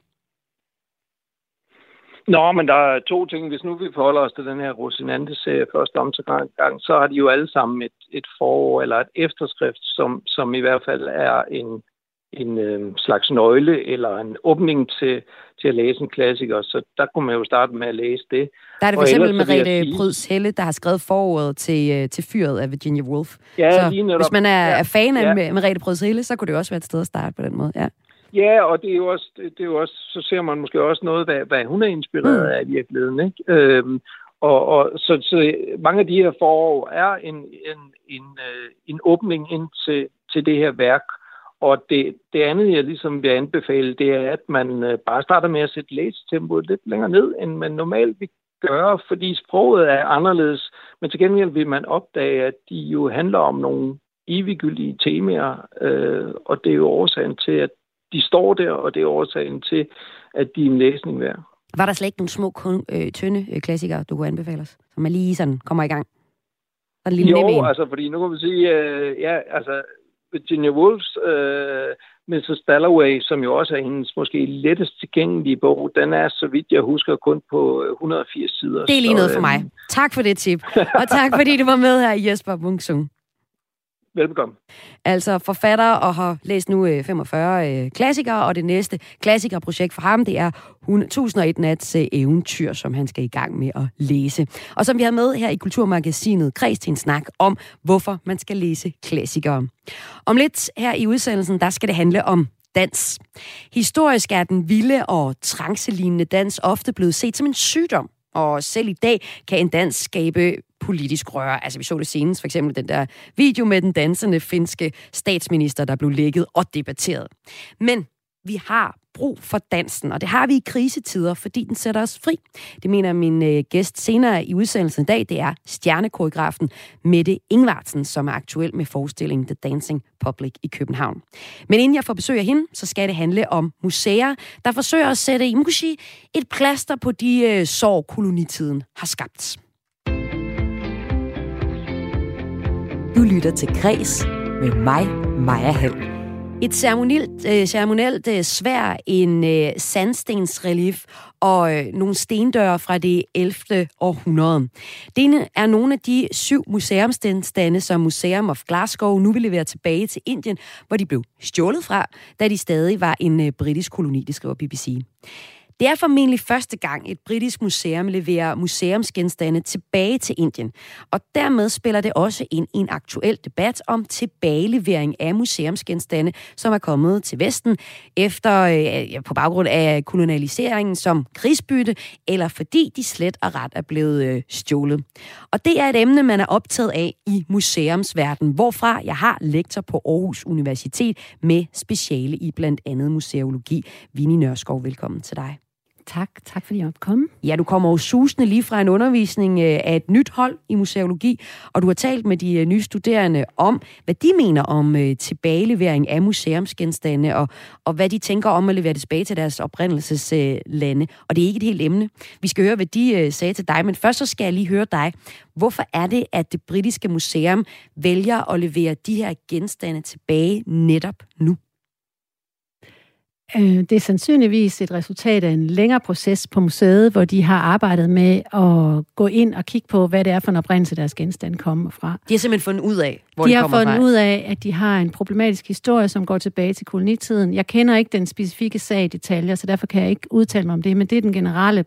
Nå, men der er to ting. Hvis nu vi forholder os til den her Rosinante-serie første omgang, så har de jo alle sammen et, et forår eller et efterskrift, som, som i hvert fald er en, en øh, slags nøgle eller en åbning til, til at læse en klassiker. Så der kunne man jo starte med at læse det. Der er det for eksempel Merete Pryds Helle, der har skrevet forordet til, til Fyret af Virginia Woolf. Ja, så lige netop. Hvis man er, ja, er fan af ja. Merete Pryds Helle, så kunne det også være et sted at starte på den måde, ja. Ja, og det er jo også, det er jo også, så ser man måske også noget, hvad, hvad hun er inspireret mm. af i virkeligheden, ikke? Øhm, og, og så, så mange af de her forår er en, en, en, en åbning ind til, til det her værk. Og det, det andet, jeg ligesom vil anbefale, det er, at man bare starter med at sætte læsetempoet lidt længere ned, end man normalt vil gøre, fordi sproget er anderledes. Men til gengæld vil man opdage, at de jo handler om nogle eviggyldige temaer, øh, og det er jo årsagen til, at de står der, og det er årsagen til, at de er en læsning værd. Var der slet ikke nogle små, øh, tynde øh, klassikere, du kunne anbefale os? Så man lige sådan kommer i gang? Sådan en lille jo, altså, fordi nu kan vi sige, øh, ja, altså, Virginia Woolfs øh, missus Dalloway, som jo også er hendes måske lettest tilgængelige bog, den er, så vidt jeg husker, kun på et hundrede og firs sider. Det er lige så, noget for mig. Øh... Tak for det tip. Og tak, fordi du var med her, Jesper Wung-Sung. Velbekomme. Altså forfatter og har læst nu femogfyrre øh, klassikere, og det næste klassikerprojekt for ham, det er tusind og et nats øh, eventyr, som han skal i gang med at læse. Og som vi har med her i Kulturmagasinet Kreds til en snak om, hvorfor man skal læse klassikere. Om lidt her i udsendelsen, der skal det handle om dans. Historisk er den vilde og trancelignende dans ofte blevet set som en sygdom. Og selv i dag kan en dans skabe politisk røre. Altså vi så det senest, for eksempel den der video med den dansende finske statsminister, der blev lækket og debatteret. Men vi har brug for dansen, og det har vi i krisetider, fordi den sætter os fri. Det mener min øh, gæst senere i udsendelsen i dag, det er stjernekoreografen Mette Ingvardsen, som er aktuel med forestillingen The Dancing Public i København. Men inden jeg får besøg af hende, så skal det handle om museer, der forsøger at sætte, man kunne sige, et plaster på de øh, sår, kolonitiden har skabt. Du lytter til Kreds med mig, Maja Hall. Et ceremonielt, øh, ceremonielt øh, svær, en øh, sandstensrelief og øh, nogle stendøre fra det ellevte århundrede. Det ene er nogle af de syv museumsgenstande, som Museum of Glasgow nu vil levere tilbage til Indien, hvor de blev stjålet fra, da de stadig var en øh, britisk koloni, det skriver B B C. Det er formentlig første gang, et britisk museum leverer museumsgenstande tilbage til Indien. Og dermed spiller det også ind i en aktuel debat om tilbagelevering af museumsgenstande, som er kommet til Vesten efter øh, på baggrund af kolonialiseringen som krigsbytte, eller fordi de slet og ret er blevet øh, stjålet. Og det er et emne, man er optaget af i museumsverdenen, hvorfra jeg har lektor på Aarhus Universitet med speciale i blandt andet museologi. Winnie Nørskov, velkommen til dig. Tak, tak fordi jeg måtte komme. Ja, du kommer jo susende lige fra en undervisning af et nyt hold i museologi, og du har talt med de nye studerende om, hvad de mener om tilbagelevering af museumsgenstande, og, og hvad de tænker om at levere det tilbage til deres oprindelseslande. Og det er ikke et helt emne. Vi skal høre, hvad de sagde til dig, men først så skal jeg lige høre dig. Hvorfor er det, at det britiske museum vælger at levere de her genstande tilbage netop nu? Det er sandsynligvis et resultat af en længere proces på museet, hvor de har arbejdet med at gå ind og kigge på, hvad det er for en oprindelse, deres genstand kommer fra. De har simpelthen fundet ud af, hvor de det kommer fra. De har fundet ud af, at de har en problematisk historie, som går tilbage til kolonitiden. Jeg kender ikke den specifikke sag i detaljer, så derfor kan jeg ikke udtale mig om det, men det er den generelle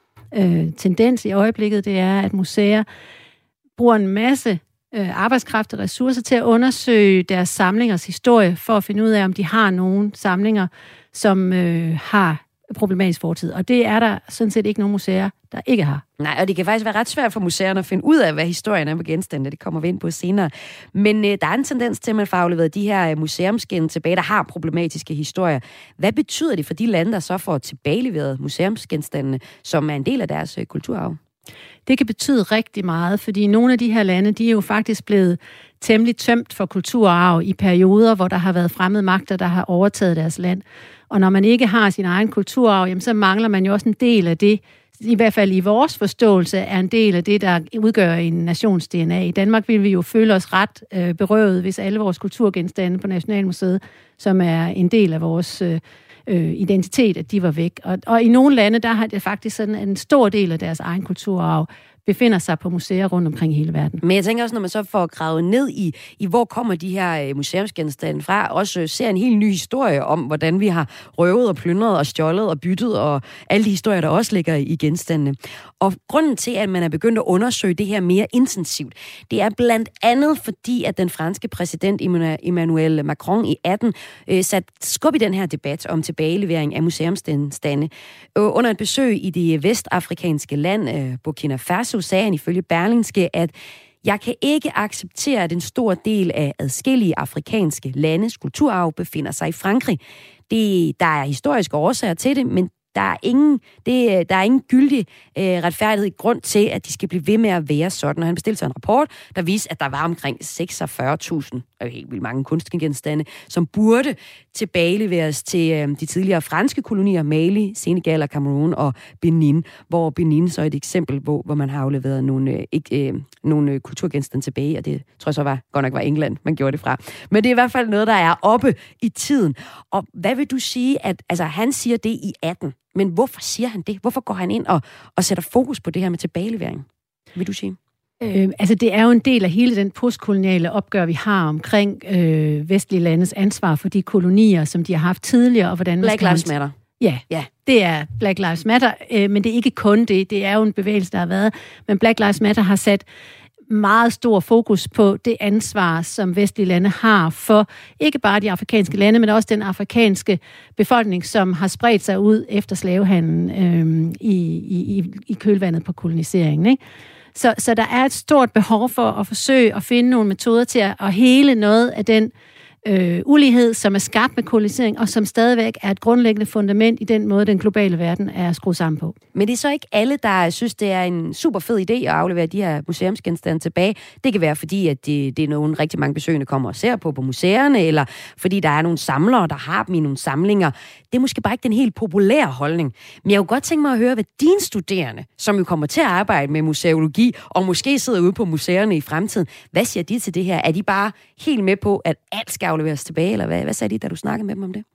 øh, tendens i øjeblikket, det er, at museer bruger en masse arbejdskraft og ressourcer til at undersøge deres samlingers historie, for at finde ud af, om de har nogle samlinger, som øh, har problematisk fortid. Og det er der sådan set ikke nogen museer, der ikke har. Nej, og det kan faktisk være ret svært for museerne at finde ud af, hvad historien er med genstande. Det kommer vi ind på senere. Men øh, der er en tendens til, at man får afleveret de her museumsgenstande tilbage, der har problematiske historier. Hvad betyder det for de lande, der så får tilbageleveret museumsgenstandene, som er en del af deres øh, kulturarv? Det kan betyde rigtig meget, fordi nogle af de her lande, de er jo faktisk blevet temmelig tømt for kulturarv i perioder, hvor der har været fremmede magter, der har overtaget deres land. Og når man ikke har sin egen kulturarv, jamen, så mangler man jo også en del af det, i hvert fald i vores forståelse, er en del af det, der udgør en nations D N A. I Danmark vil vi jo føle os ret øh, berøvet, hvis alle vores kulturgenstande på Nationalmuseet, som er en del af vores øh, Øh, identitet, at de var væk. Og, og i nogle lande, der har det faktisk sådan, at en stor del af deres egen kulturarv befinder sig på museer rundt omkring i hele verden. Men jeg tænker også, når man så får gravet ned i, i hvor kommer de her museumsgenstande fra, også ser en helt ny historie om, hvordan vi har røvet og plyndret og stjålet og byttet, og alle de historier, der også ligger i genstandene. Og grunden til, at man er begyndt at undersøge det her mere intensivt, det er blandt andet fordi, at den franske præsident Emmanuel Macron i atten øh, satte skub i den her debat om tilbagelevering af museumsgenstande. Under et besøg i det vestafrikanske land øh, Burkina Faso, sagde han ifølge Berlingske, at jeg kan ikke acceptere, at en stor del af adskillige afrikanske landes kulturarv befinder sig i Frankrig. Det, der er historiske årsager til det, men der er ingen, det, der er ingen gyldig øh, retfærdighed grund til, at de skal blive ved med at være sådan. Og han bestilte så en rapport, der viste, at der var omkring seksogfyrre tusind, og helt vildt mange kunstgenstande, som burde tilbageleveres til øh, de tidligere franske kolonier, Mali, Senegal og Cameroun og Benin, hvor Benin så er et eksempel, hvor, hvor man har afleveret nogle, øh, ikke, øh, nogle øh, kulturgenstande tilbage, og det tror jeg så var, godt nok var England, man gjorde det fra. Men det er i hvert fald noget, der er oppe i tiden. Og hvad vil du sige, at altså, han siger det i atten, men hvorfor siger han det? Hvorfor går han ind og, og sætter fokus på det her med tilbagelevering? Vil du sige? Øh, altså, det er jo en del af hele den postkoloniale opgør, vi har omkring øh, vestlige landes ansvar for de kolonier, som de har haft tidligere, og hvordan... Black Lives Matter. Ja, ja, det er Black Lives Matter, øh, men det er ikke kun det. Det er jo en bevægelse, der har været. Men Black Lives Matter har sat meget stor fokus på det ansvar, som vestlige lande har for ikke bare de afrikanske lande, men også den afrikanske befolkning, som har spredt sig ud efter slavehandlen øh, i, i, i kølvandet på koloniseringen, ikke? Så, så der er et stort behov for at forsøge at finde nogle metoder til at, at hele noget af den øh, ulighed, som er skabt med kolonisering, og som stadigvæk er et grundlæggende fundament i den måde, den globale verden er skruet sammen på. Men det er så ikke alle, der synes, det er en super fed idé at aflevere de her museumsgenstande tilbage. Det kan være, fordi at det, det er nogle rigtig mange besøgende kommer og ser på på museerne, eller fordi der er nogle samlere, der har dem i nogle samlinger. Det er måske bare ikke den helt populære holdning. Men jeg kunne godt tænke mig at høre, hvad dine studerende, som jo kommer til at arbejde med museologi, og måske sidder ude på museerne i fremtiden, hvad siger de til det her? Er de bare helt med på, at alt skal afleveres tilbage, eller hvad, hvad sagde de, da du snakkede med dem om det?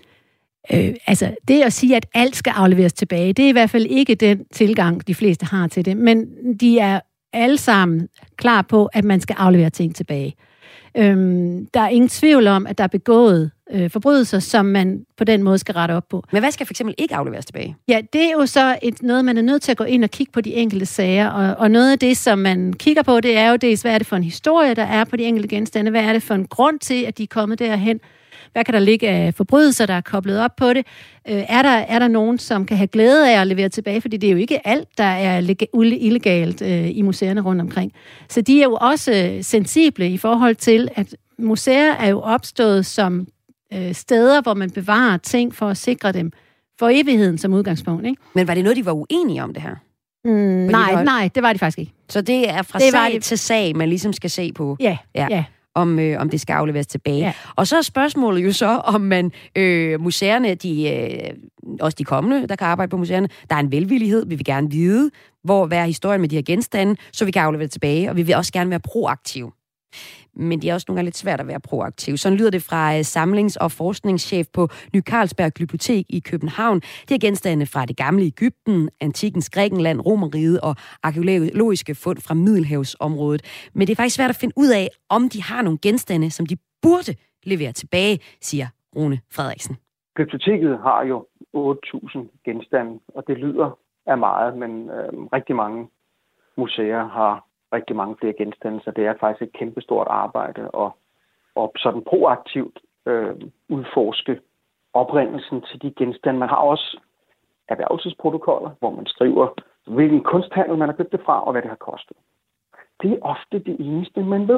Øh, altså, det at sige, at alt skal afleveres tilbage, det er i hvert fald ikke den tilgang, de fleste har til det. Men de er alle sammen klar på, at man skal aflevere ting tilbage. Øhm, der er ingen tvivl om, at der er begået øh, forbrydelser, som man på den måde skal rette op på. Men hvad skal for eksempel ikke afleveres tilbage? Ja, det er jo så et, noget, man er nødt til at gå ind og kigge på de enkelte sager, og, og noget af det, som man kigger på, det er jo dels, hvad er det for en historie, der er på de enkelte genstande, hvad er det for en grund til, at de er kommet derhen, hvad kan der ligge af forbrydelser, der er koblet op på det, øh, er, der, er der nogen, som kan have glæde af at levere tilbage, fordi det er jo ikke alt, der er lega- illegalt øh, i museerne rundt omkring. Så de er jo også sensible i forhold til, at museer er jo opstået som øh, steder, hvor man bevarer ting for at sikre dem for evigheden som udgangspunkt, ikke? Men var det noget, de var uenige om det her? Mm, nej, var... nej, det var de faktisk ikke. Så det er fra det sag det... til sag, man ligesom skal se på? Ja, ja. ja. Om, øh, om det skal afleveres tilbage. Ja. Og så er spørgsmålet jo så, om man øh, museerne, de, øh, også de kommende, der kan arbejde på museerne, der er en velvillighed, vi vil gerne vide, hvor hvad er historien med de her genstande, så vi kan aflevere det tilbage, og vi vil også gerne være proaktive. Men det er også nogle gange lidt svært at være proaktiv. Sådan lyder det fra samlings- og forskningschef på Ny Carlsberg Glyptotek i København. Det er genstande fra det gamle Egypten, antikkens Grækenland, Romerriget og arkæologiske fund fra Middelhavsområdet. Men det er faktisk svært at finde ud af, om de har nogle genstande, som de burde levere tilbage, siger Rune Frederiksen. Glyptoteket har jo otte tusind genstande, og det lyder af meget, men øh, rigtig mange museer har rigtig mange flere genstande, så det er faktisk et kæmpestort arbejde og, og sådan proaktivt øh, udforske oprindelsen til de genstande. Man har også erhvervelsesprotokoller, hvor man skriver, hvilken kunsthandel man har købt det fra, og hvad det har kostet. Det er ofte det eneste, man ved.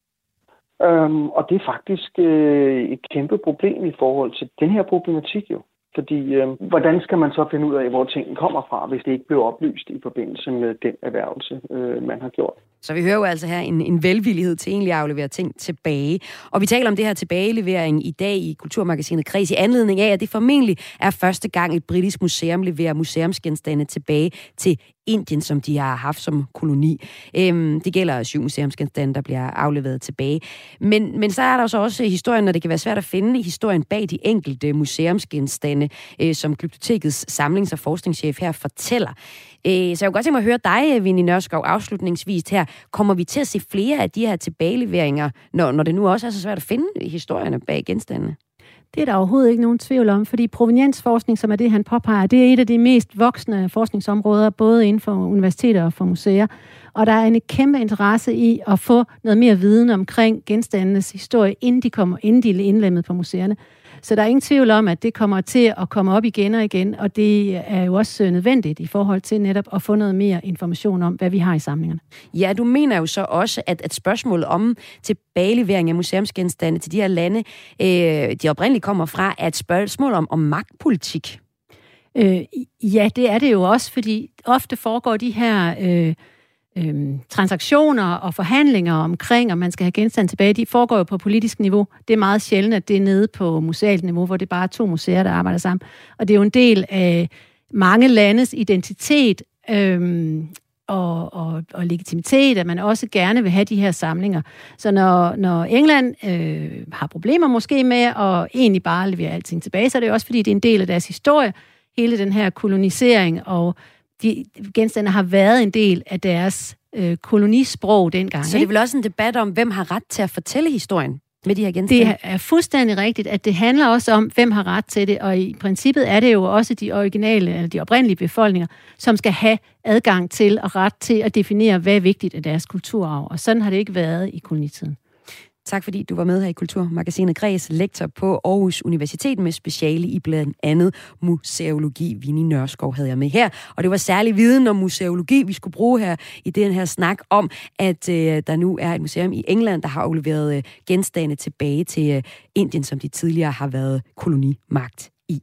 Øhm, og det er faktisk øh, et kæmpe problem i forhold til den her problematik jo. Fordi, øh, hvordan skal man så finde ud af, hvor tingene kommer fra, hvis det ikke bliver oplyst i forbindelse med den erhvervelse, øh, man har gjort? Så vi hører jo altså her en, en velvillighed til egentlig at aflevere ting tilbage. Og vi taler om det her tilbagelevering i dag i Kulturmagasinet Kreds i anledning af, at det formentlig er første gang et britisk museum leverer museumsgenstande tilbage til Indien, som de har haft som koloni. Øhm, det gælder syv museumsgenstande, der bliver afleveret tilbage. Men, men så er der så også historien, når det kan være svært at finde historien bag de enkelte museumsgenstande, øh, som Glyptotekets samlings- og forskningschef her fortæller. Øh, så jeg kunne godt tænke mig at høre dig, Winnie Nørskov, afslutningsvis her. Kommer vi til at se flere af de her tilbageleveringer, når, når det nu også er så svært at finde historierne bag genstandene? Det er der overhovedet ikke nogen tvivl om, fordi proveniensforskning, som er det, han påpeger, det er et af de mest voksne forskningsområder, både inden for universiteter og for museer. Og der er en kæmpe interesse i at få noget mere viden omkring genstandenes historie, inden de kommer, inden de er indlemmet på museerne. Så der er ingen tvivl om, at det kommer til at komme op igen og igen, og det er jo også nødvendigt i forhold til netop at få noget mere information om, hvad vi har i samlingerne. Ja, du mener jo så også, at, at spørgsmålet om tilbagelevering af museumsgenstande til de her lande, øh, de oprindeligt kommer fra, er et spørgsmål om, om magtpolitik. Øh, ja, det er det jo også, fordi ofte foregår de her øh, øh, transaktioner og forhandlinger omkring, om man skal have genstand tilbage, de foregår jo på politisk niveau. Det er meget sjældent, at det er nede på musealt niveau, hvor det er bare to museer, der arbejder sammen. Og det er jo en del af mange landes identitet øh, og, og, og legitimitet, at man også gerne vil have de her samlinger. Så når, når England øh, har problemer måske med at egentlig bare levere alting tilbage, så er det jo også, fordi det er en del af deres historie, hele den her kolonisering, og de genstande har været en del af deres øh, kolonisprog dengang. Så det er vel også en debat om, hvem har ret til at fortælle historien med de her genstande? Det er fuldstændig rigtigt, at det handler også om, hvem har ret til det, og i princippet er det jo også de originale, eller de oprindelige befolkninger, som skal have adgang til og ret til at definere, hvad er vigtigt af deres kulturarv, og sådan har det ikke været i kolonitiden. Tak fordi du var med her i Kulturmagasinet Kreds, lektor på Aarhus Universitet med speciale i blandt andet museologi. Winnie Nørskov havde jeg med her, og det var særlig viden om museologi, vi skulle bruge her i den her snak om, at øh, der nu er et museum i England, der har afleveret øh, genstande tilbage til øh, Indien, som de tidligere har været kolonimagt i.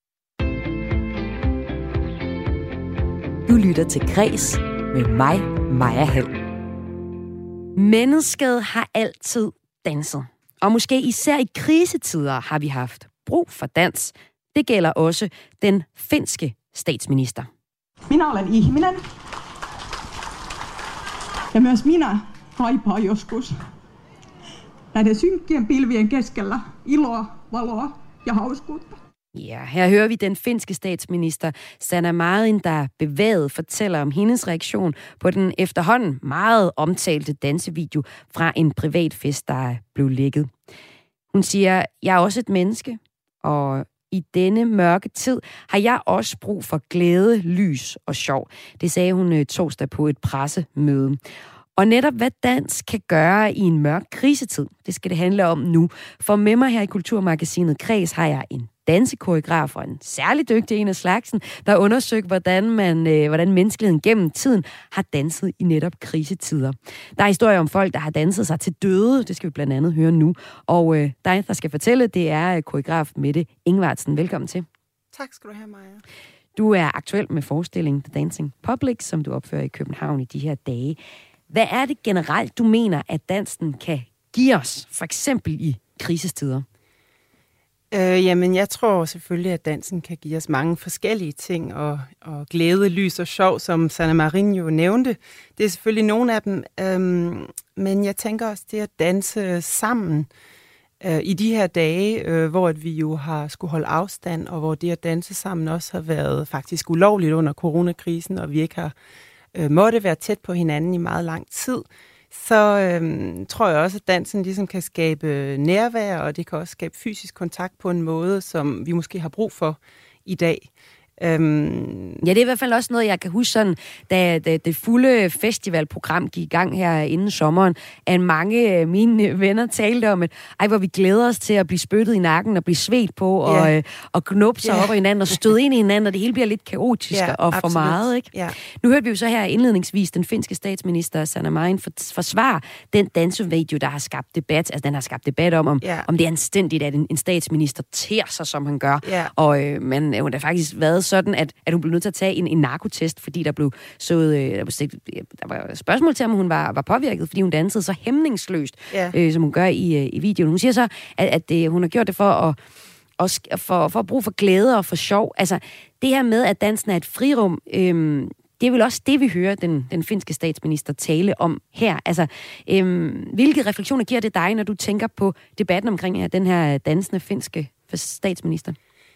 Du lytter til Kreds med mig, Maja Hall. Mennesket har altid danset. Og måske især i krisetider har vi haft brug for dans. Det gælder også den finske statsminister. Minä olen ihminen. Ja myös minä kaipaan joskus näiden synkkien pilvien keskellä iloa, valoa ja hauskuutta. Ja, her hører vi den finske statsminister Sanna Marin, der bevæget fortæller om hendes reaktion på den efterhånden meget omtalte dansevideo fra en privat fest, der blev lækket. Hun siger, jeg er også et menneske, og i denne mørke tid har jeg også brug for glæde, lys og sjov. Det sagde hun torsdag på et pressemøde. Og netop hvad dans kan gøre i en mørk krisetid, det skal det handle om nu. For med mig her i Kulturmagasinet Kreds har jeg en dansekoreograf og en særlig dygtig en af slagsen, der undersøger, hvordan, man, øh, hvordan menneskeligheden gennem tiden har danset i netop krisetider. Der er historier om folk, der har danset sig til døde, det skal vi blandt andet høre nu. Og øh, dig, der skal fortælle, det er koreograf Mette Ingvardsen. Velkommen til. Tak skal du have, Maja. Du er aktuel med forestillingen The Dancing Public, som du opfører i København i de her dage. Hvad er det generelt, du mener, at dansen kan give os, for eksempel i krisestider? Øh, jamen, jeg tror selvfølgelig, at dansen kan give os mange forskellige ting, og, og glæde, lys og sjov, som Sanna Marin jo nævnte. Det er selvfølgelig nogle af dem, øhm, men jeg tænker også det at danse sammen øh, i de her dage, øh, hvor vi jo har skulle holde afstand, og hvor det at danse sammen også har været faktisk ulovligt under coronakrisen, og vi ikke har øh, måtte være tæt på hinanden i meget lang tid. Så øhm, tror jeg også, at dansen ligesom kan skabe nærvær, og det kan også skabe fysisk kontakt på en måde, som vi måske har brug for i dag. Øhm... Ja, det er i hvert fald også noget, jeg kan huske sådan, da, da det fulde festivalprogram gik i gang her inden sommeren, at mange af mine venner talte om, at ej, hvor vi glæder os til at blive spyttet i nakken og blive svedt på, og, yeah. øh, og knuppe sig yeah. op i hinanden og støde ind i hinanden, og det hele bliver lidt kaotisk yeah, og for absolut. meget, ikke? Yeah. Nu hørte vi jo så her indledningsvis den finske statsminister Sanna Marin forsvare den dansevideo, der har skabt debat, altså den har skabt debat om, om, yeah. om det er anstændigt, at en, en statsminister ter sig, som han gør, yeah. og øh, men hun har faktisk været sådan, at, at hun blev nødt til at tage en, en narkotest, fordi der blev sået, øh, der, blev, der var spørgsmål til, om hun var, var påvirket, fordi hun dansede så hæmningsløst, ja. øh, som hun gør i, øh, i videoen. Hun siger så, at, at det, hun har gjort det for at, at, for, for at bruge for glæde og for sjov. Altså, det her med, at dansen er et frirum, øh, det er vel også det, vi hører den, den finske statsminister tale om her. Altså, øh, hvilke refleksioner giver det dig, når du tænker på debatten omkring her, den her dansende finske statsminister?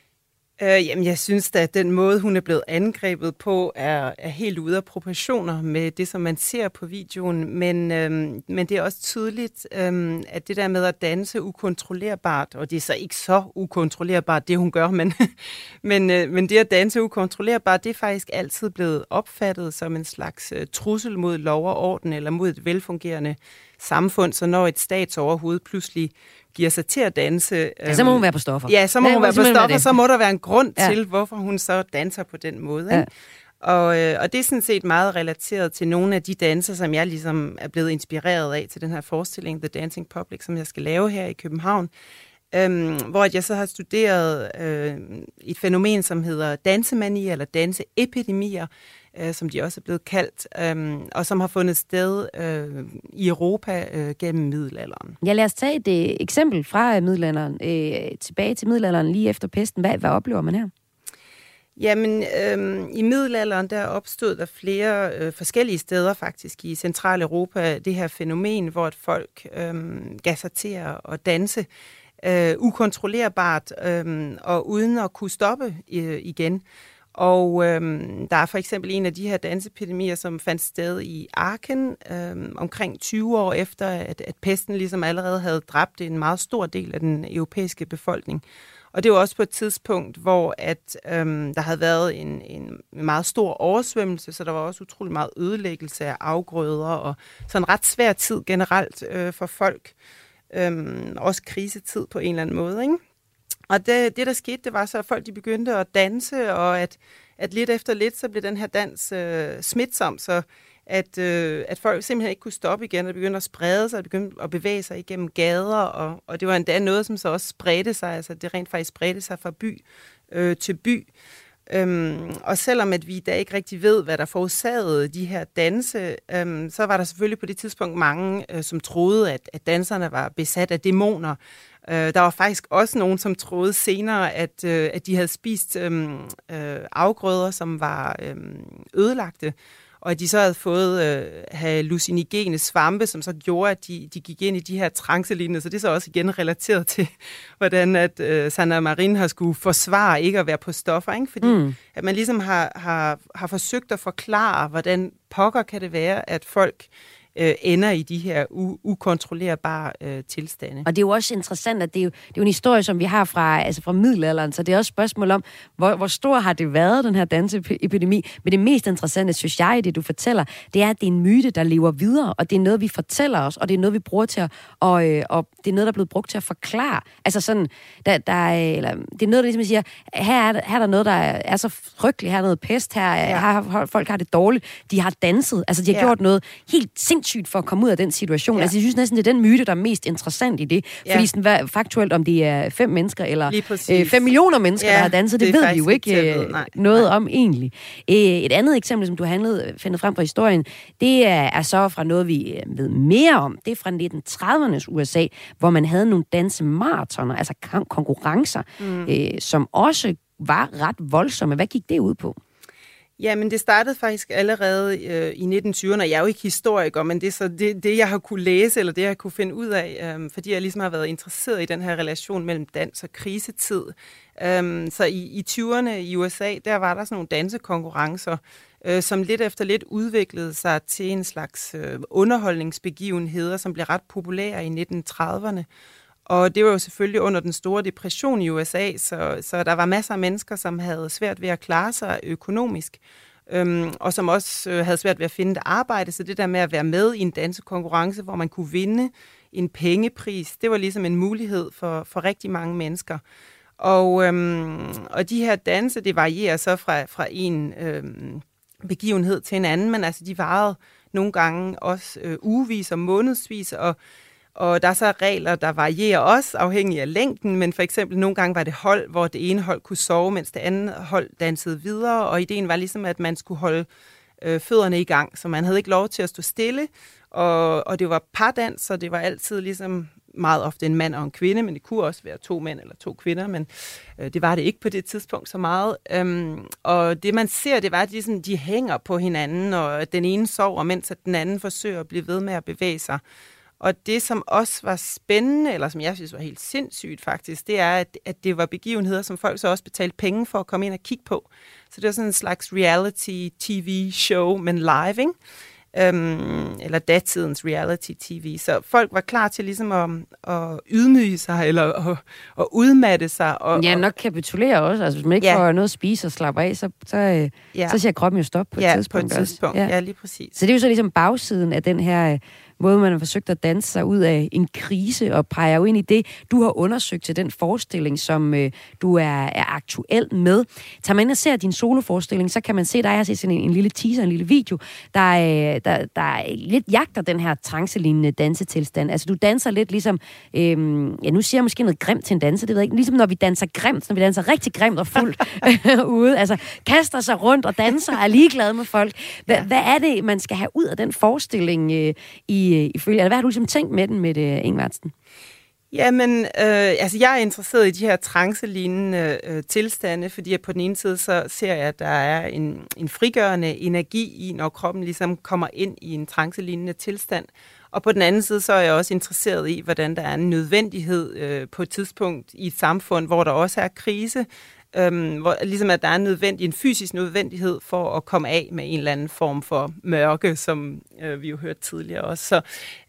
Øh, jamen, jeg synes da, at den måde, hun er blevet angrebet på, er, er helt ude af proportioner med det, som man ser på videoen. Men, øhm, men det er også tydeligt, øhm, at det der med at danse ukontrollerbart, og det er så ikke så ukontrollerbart, det hun gør, men, men, øh, men det at danse ukontrollerbart, det er faktisk altid blevet opfattet som en slags øh, trussel mod lov og orden, eller mod et velfungerende samfund. Så når et statsoverhoved pludselig giver sig til at danse... Ja, så må hun være på stoffer. Ja, så må ja, hun være på stoffer, så må der være en grund ja. til, hvorfor hun så danser på den måde. Ja. Og, øh, og det er sådan set meget relateret til nogle af de danser, som jeg ligesom er blevet inspireret af til den her forestilling, The Dancing Public, som jeg skal lave her i København. Øhm, hvor jeg så har studeret øh, et fænomen, som hedder dansemani eller danseepidemier, øh, som de også er blevet kaldt, øh, og som har fundet sted øh, i Europa øh, gennem middelalderen. Ja, lad os tage et øh, eksempel fra middelalderen. Øh, tilbage til middelalderen lige efter pesten. Hvad, hvad oplever man her? Jamen, øh, i middelalderen der opstod der flere øh, forskellige steder faktisk i Centraleuropa det her fænomen, hvor et folk øh, gav sig til at danse Uh, ukontrollerbart uh, og uden at kunne stoppe uh, igen. Og uh, der er for eksempel en af de her dansepidemier, som fandt sted i Aachen uh, omkring tyve år efter, at, at pesten ligesom allerede havde dræbt en meget stor del af den europæiske befolkning. Og det var også på et tidspunkt, hvor at, um, der havde været en, en meget stor oversvømmelse, så der var også utrolig meget ødelæggelse af afgrøder, og så en ret svær tid generelt uh, for folk. Øhm, også krisetid på en eller anden måde, ikke? Og det, det, der skete, det var så, at folk de begyndte at danse, og at, at lidt efter lidt, så blev den her dans øh, smitsom, så at, øh, at folk simpelthen ikke kunne stoppe igen, og begyndte at sprede sig, og begyndte at bevæge sig igennem gader, og, og det var endda noget, som så også spredte sig, altså det rent faktisk spredte sig fra by øh, til by. Øhm, og selvom at vi i dag ikke rigtig ved, hvad der forårsagede de her danse, øhm, så var der selvfølgelig på det tidspunkt mange, øh, som troede, at, at danserne var besat af dæmoner. Øh, der var faktisk også nogen, som troede senere, at, øh, at de havde spist øh, øh, afgrøder, som var øh, ødelagte. Og og at de så havde fået øh, hallucinogene svampe, som så gjorde, at de, de gik ind i de her trancelignende. Så det er så også igen relateret til, hvordan at øh, Sanna Marin har skulle forsvare ikke at være på stoffer, ikke? Fordi mm. at man ligesom har, har, har forsøgt at forklare, hvordan pokker kan det være, at folk øh, ender i de her u- ukontrollerbare øh, tilstande. Og det er jo også interessant, at det er jo, det er jo en historie, som vi har fra, altså fra middelalderen, så det er også et spørgsmål om, hvor, hvor stor har det været, den her danseepidemi. Men det mest interessante, synes jeg, i det du fortæller, det er, at det er en myte, der lever videre, og det er noget, vi fortæller os, og det er noget, vi bruger til at, og, øh, og det er noget, der er blevet brugt til at forklare. Altså sådan, der, der er, eller, det er noget, der ligesom siger, her er, her er der noget, der er så frygteligt, her er noget pest, her, ja. her har folk har det dårligt, de har danset, altså de har ja. gjort noget helt sindssygt for at komme ud af den situation. Ja. Altså jeg synes næsten, det er den myte, der er mest interessant i det, ja. fordi sådan, hvad, faktuelt, om det er fem mennesker, eller øh, fem millioner mennesker, ja, der har danset, det, det ved vi jo ikke øh, noget Nej. om egentlig. Øh, et andet eksempel, som du har handlet, fundet frem fra historien, det er, er så fra noget, vi ved mere om. Det er fra nitten tredivernes U S A, hvor man havde nogle dansemaratoner, altså konkurrencer, mm. øh, som også var ret voldsomme. Hvad gik det ud på? Ja, men det startede faktisk allerede øh, i nitten tyverne, og jeg er jo ikke historiker, men det er så det, det, jeg har kunne læse, eller det, jeg har kunne finde ud af, øh, fordi jeg ligesom har været interesseret i den her relation mellem dans og krisetid. Um, så i, i tyverne i U S A, der var der sådan nogle dansekonkurrencer, øh, som lidt efter lidt udviklede sig til en slags øh, underholdningsbegivenheder, som blev ret populære i nitten trediverne. Og det var jo selvfølgelig under den store depression i U S A, så, så der var masser af mennesker, som havde svært ved at klare sig økonomisk, øhm, og som også øh, havde svært ved at finde et arbejde. Så det der med at være med i en dansekonkurrence, hvor man kunne vinde en pengepris, det var ligesom en mulighed for, for rigtig mange mennesker. Og, øhm, og de her danse, det varierer så fra, fra en øhm, begivenhed til en anden, men altså de varede nogle gange også øh, ugevis og månedsvis, og Og der er så regler, der varierer også afhængig af længden, men for eksempel nogle gange var det hold, hvor det ene hold kunne sove, mens det andet hold dansede videre, og ideen var ligesom, at man skulle holde øh, fødderne i gang, så man havde ikke lov til at stå stille, og, og det var pardans, så det var altid ligesom meget ofte en mand og en kvinde, men det kunne også være to mænd eller to kvinder, men øh, det var det ikke på det tidspunkt så meget. Øhm, og det man ser, det var, at de, sådan, de hænger på hinanden, og den ene sover, mens at den anden forsøger at blive ved med at bevæge sig. Og det, som også var spændende, eller som jeg synes var helt sindssygt faktisk, det er, at, at det var begivenheder, som folk så også betalte penge for at komme ind og kigge på. Så det var sådan en slags reality-T V-show, men live, ikke? Øhm, eller datidens reality-T V. Så folk var klar til ligesom at, at ydmyge sig, eller at, at udmatte sig. Og, ja, nok kapitulere også. Altså, hvis man ikke ja. får noget at spise og slappe af, så, så, ja. så siger kroppen jo stop på et ja, tidspunkt. på et tidspunkt. Ja. ja, lige præcis. Så det er jo så ligesom bagsiden af den her måde, man har forsøgt at danse sig ud af en krise, og peger jo ind i det, du har undersøgt til den forestilling, som øh, du er, er aktuel med. Tager man ind og ser din soloforestilling, så kan man se, der er sådan en, en lille teaser, en lille video, der, øh, der, der lidt jagter den her trancelignende dansetilstand. Altså, du danser lidt ligesom, øh, ja, nu siger jeg måske noget grimt til en danser, det ved jeg ikke, ligesom når vi danser grimt, når vi danser rigtig grimt og fuldt ude, altså kaster sig rundt og danser, er ligeglade med folk. Hva, ja. Hvad er det, man skal have ud af den forestilling øh, i ifølge, hvad har du ligesom tænkt med den, Mette Ingvardsen? Jamen, øh, altså jeg er interesseret i de her trancelignende øh, tilstande, fordi at på den ene side så ser jeg, at der er en, en frigørende energi i, når kroppen ligesom kommer ind i en trancelignende tilstand. Og på den anden side så er jeg også interesseret i, hvordan der er en nødvendighed øh, på et tidspunkt i et samfund, hvor der også er krise, Øhm, hvor ligesom at der er en, nødvendig, en fysisk nødvendighed for at komme af med en eller anden form for mørke, som øh, vi jo hørte tidligere også. Så,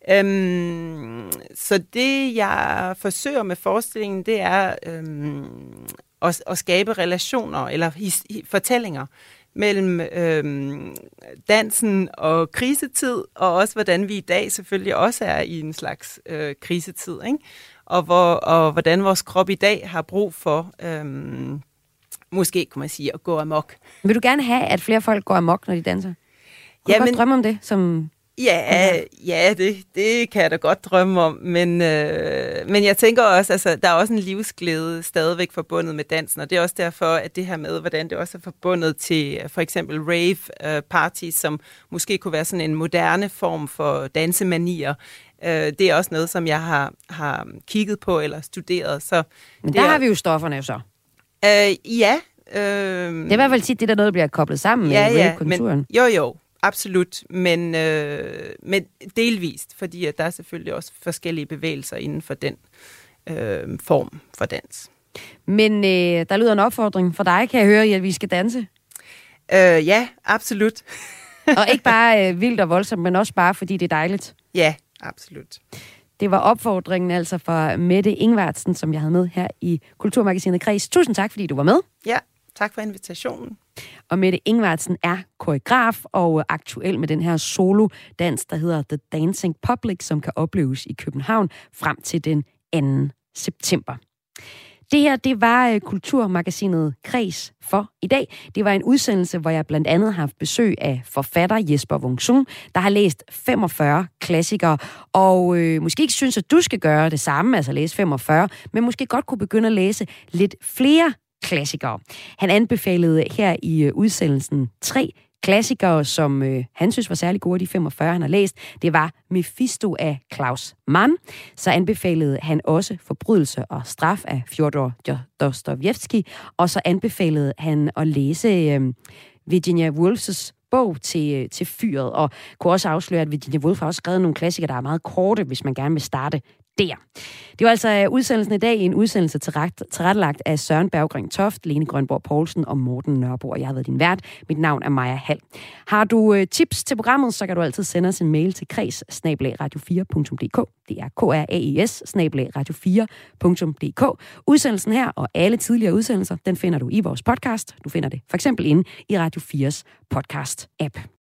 øhm, så det, jeg forsøger med forestillingen, det er øhm, at, at skabe relationer eller his, fortællinger mellem øhm, dansen og krisetid, og også hvordan vi i dag selvfølgelig også er i en slags øh, krisetid, ikke? Og, hvor, og hvordan vores krop i dag har brug for, øhm, måske kunne man sige, at gå amok. Vil du gerne have, at flere folk går amok, når de danser? Kunne ja, du godt drømme om det? Som ja, ja det, det kan jeg da godt drømme om, men, øh, men jeg tænker også, altså, der er også en livsglæde stadigvæk forbundet med dansen, og det er også derfor, at det her med, hvordan det også er forbundet til for eksempel rave-parties, som måske kunne være sådan en moderne form for dansemanier. Det er også noget, som jeg har, har kigget på eller studeret. Så men der er, har vi jo stofferne jo så. Øh, ja. Øh, det er i hvert fald tit det, der noget, der bliver koblet sammen ja, med ja, rave-kulturen. Men, jo, jo. absolut, men, øh, men delvist, fordi at der er selvfølgelig også forskellige bevægelser inden for den øh, form for dans. Men øh, der lyder en opfordring for dig, kan jeg høre, at vi skal danse. Øh, ja, absolut. Og ikke bare øh, vildt og voldsomt, men også bare fordi det er dejligt. Ja, absolut. Det var opfordringen altså fra Mette Ingvardsen, som jeg havde med her i Kulturmagasinet Kreds. Tusind tak, fordi du var med. Ja, tak for invitationen. Og Mette Ingvardsen er koreograf og aktuel med den her solodans, der hedder The Dancing Public, som kan opleves i København frem til den anden september. Det her, det var Kulturmagasinet Kreds for i dag. Det var en udsendelse, hvor jeg blandt andet har haft besøg af forfatter Jesper Wung-Sung, der har læst femogfyrre klassikere, og øh, måske ikke synes, at du skal gøre det samme, altså læse femogfyrre, men måske godt kunne begynde at læse lidt flere klassikere. Han anbefalede her i udsendelsen tre klassikere, som øh, han synes var særlig gode, de femogfyrre, han har læst. Det var Mephisto af Klaus Mann. Så anbefalede han også Forbrydelse og straf af Fjodor Dostojevskij. Og så anbefalede han at læse øh, Virginia Woolfs bog til, til fyret. Og kunne også afsløre, at Virginia Woolf har også skrevet nogle klassikere, der er meget korte, hvis man gerne vil starte der. Det var altså udsendelsen i dag, en udsendelse tilrettelagt af Søren Berggren Toft, Lene Grønborg Poulsen og Morten Nørbo, og jeg har været din vært. Mit navn er Maja Hall. Har du øh, tips til programmet, så kan du altid sende os en mail til kreds snabel-a radio fire punktum d k. Det er k r a i s snabel-a radio fire punktum d k. Udsendelsen her og alle tidligere udsendelser, den finder du i vores podcast. Du finder det for eksempel inde i Radio fires podcast-app.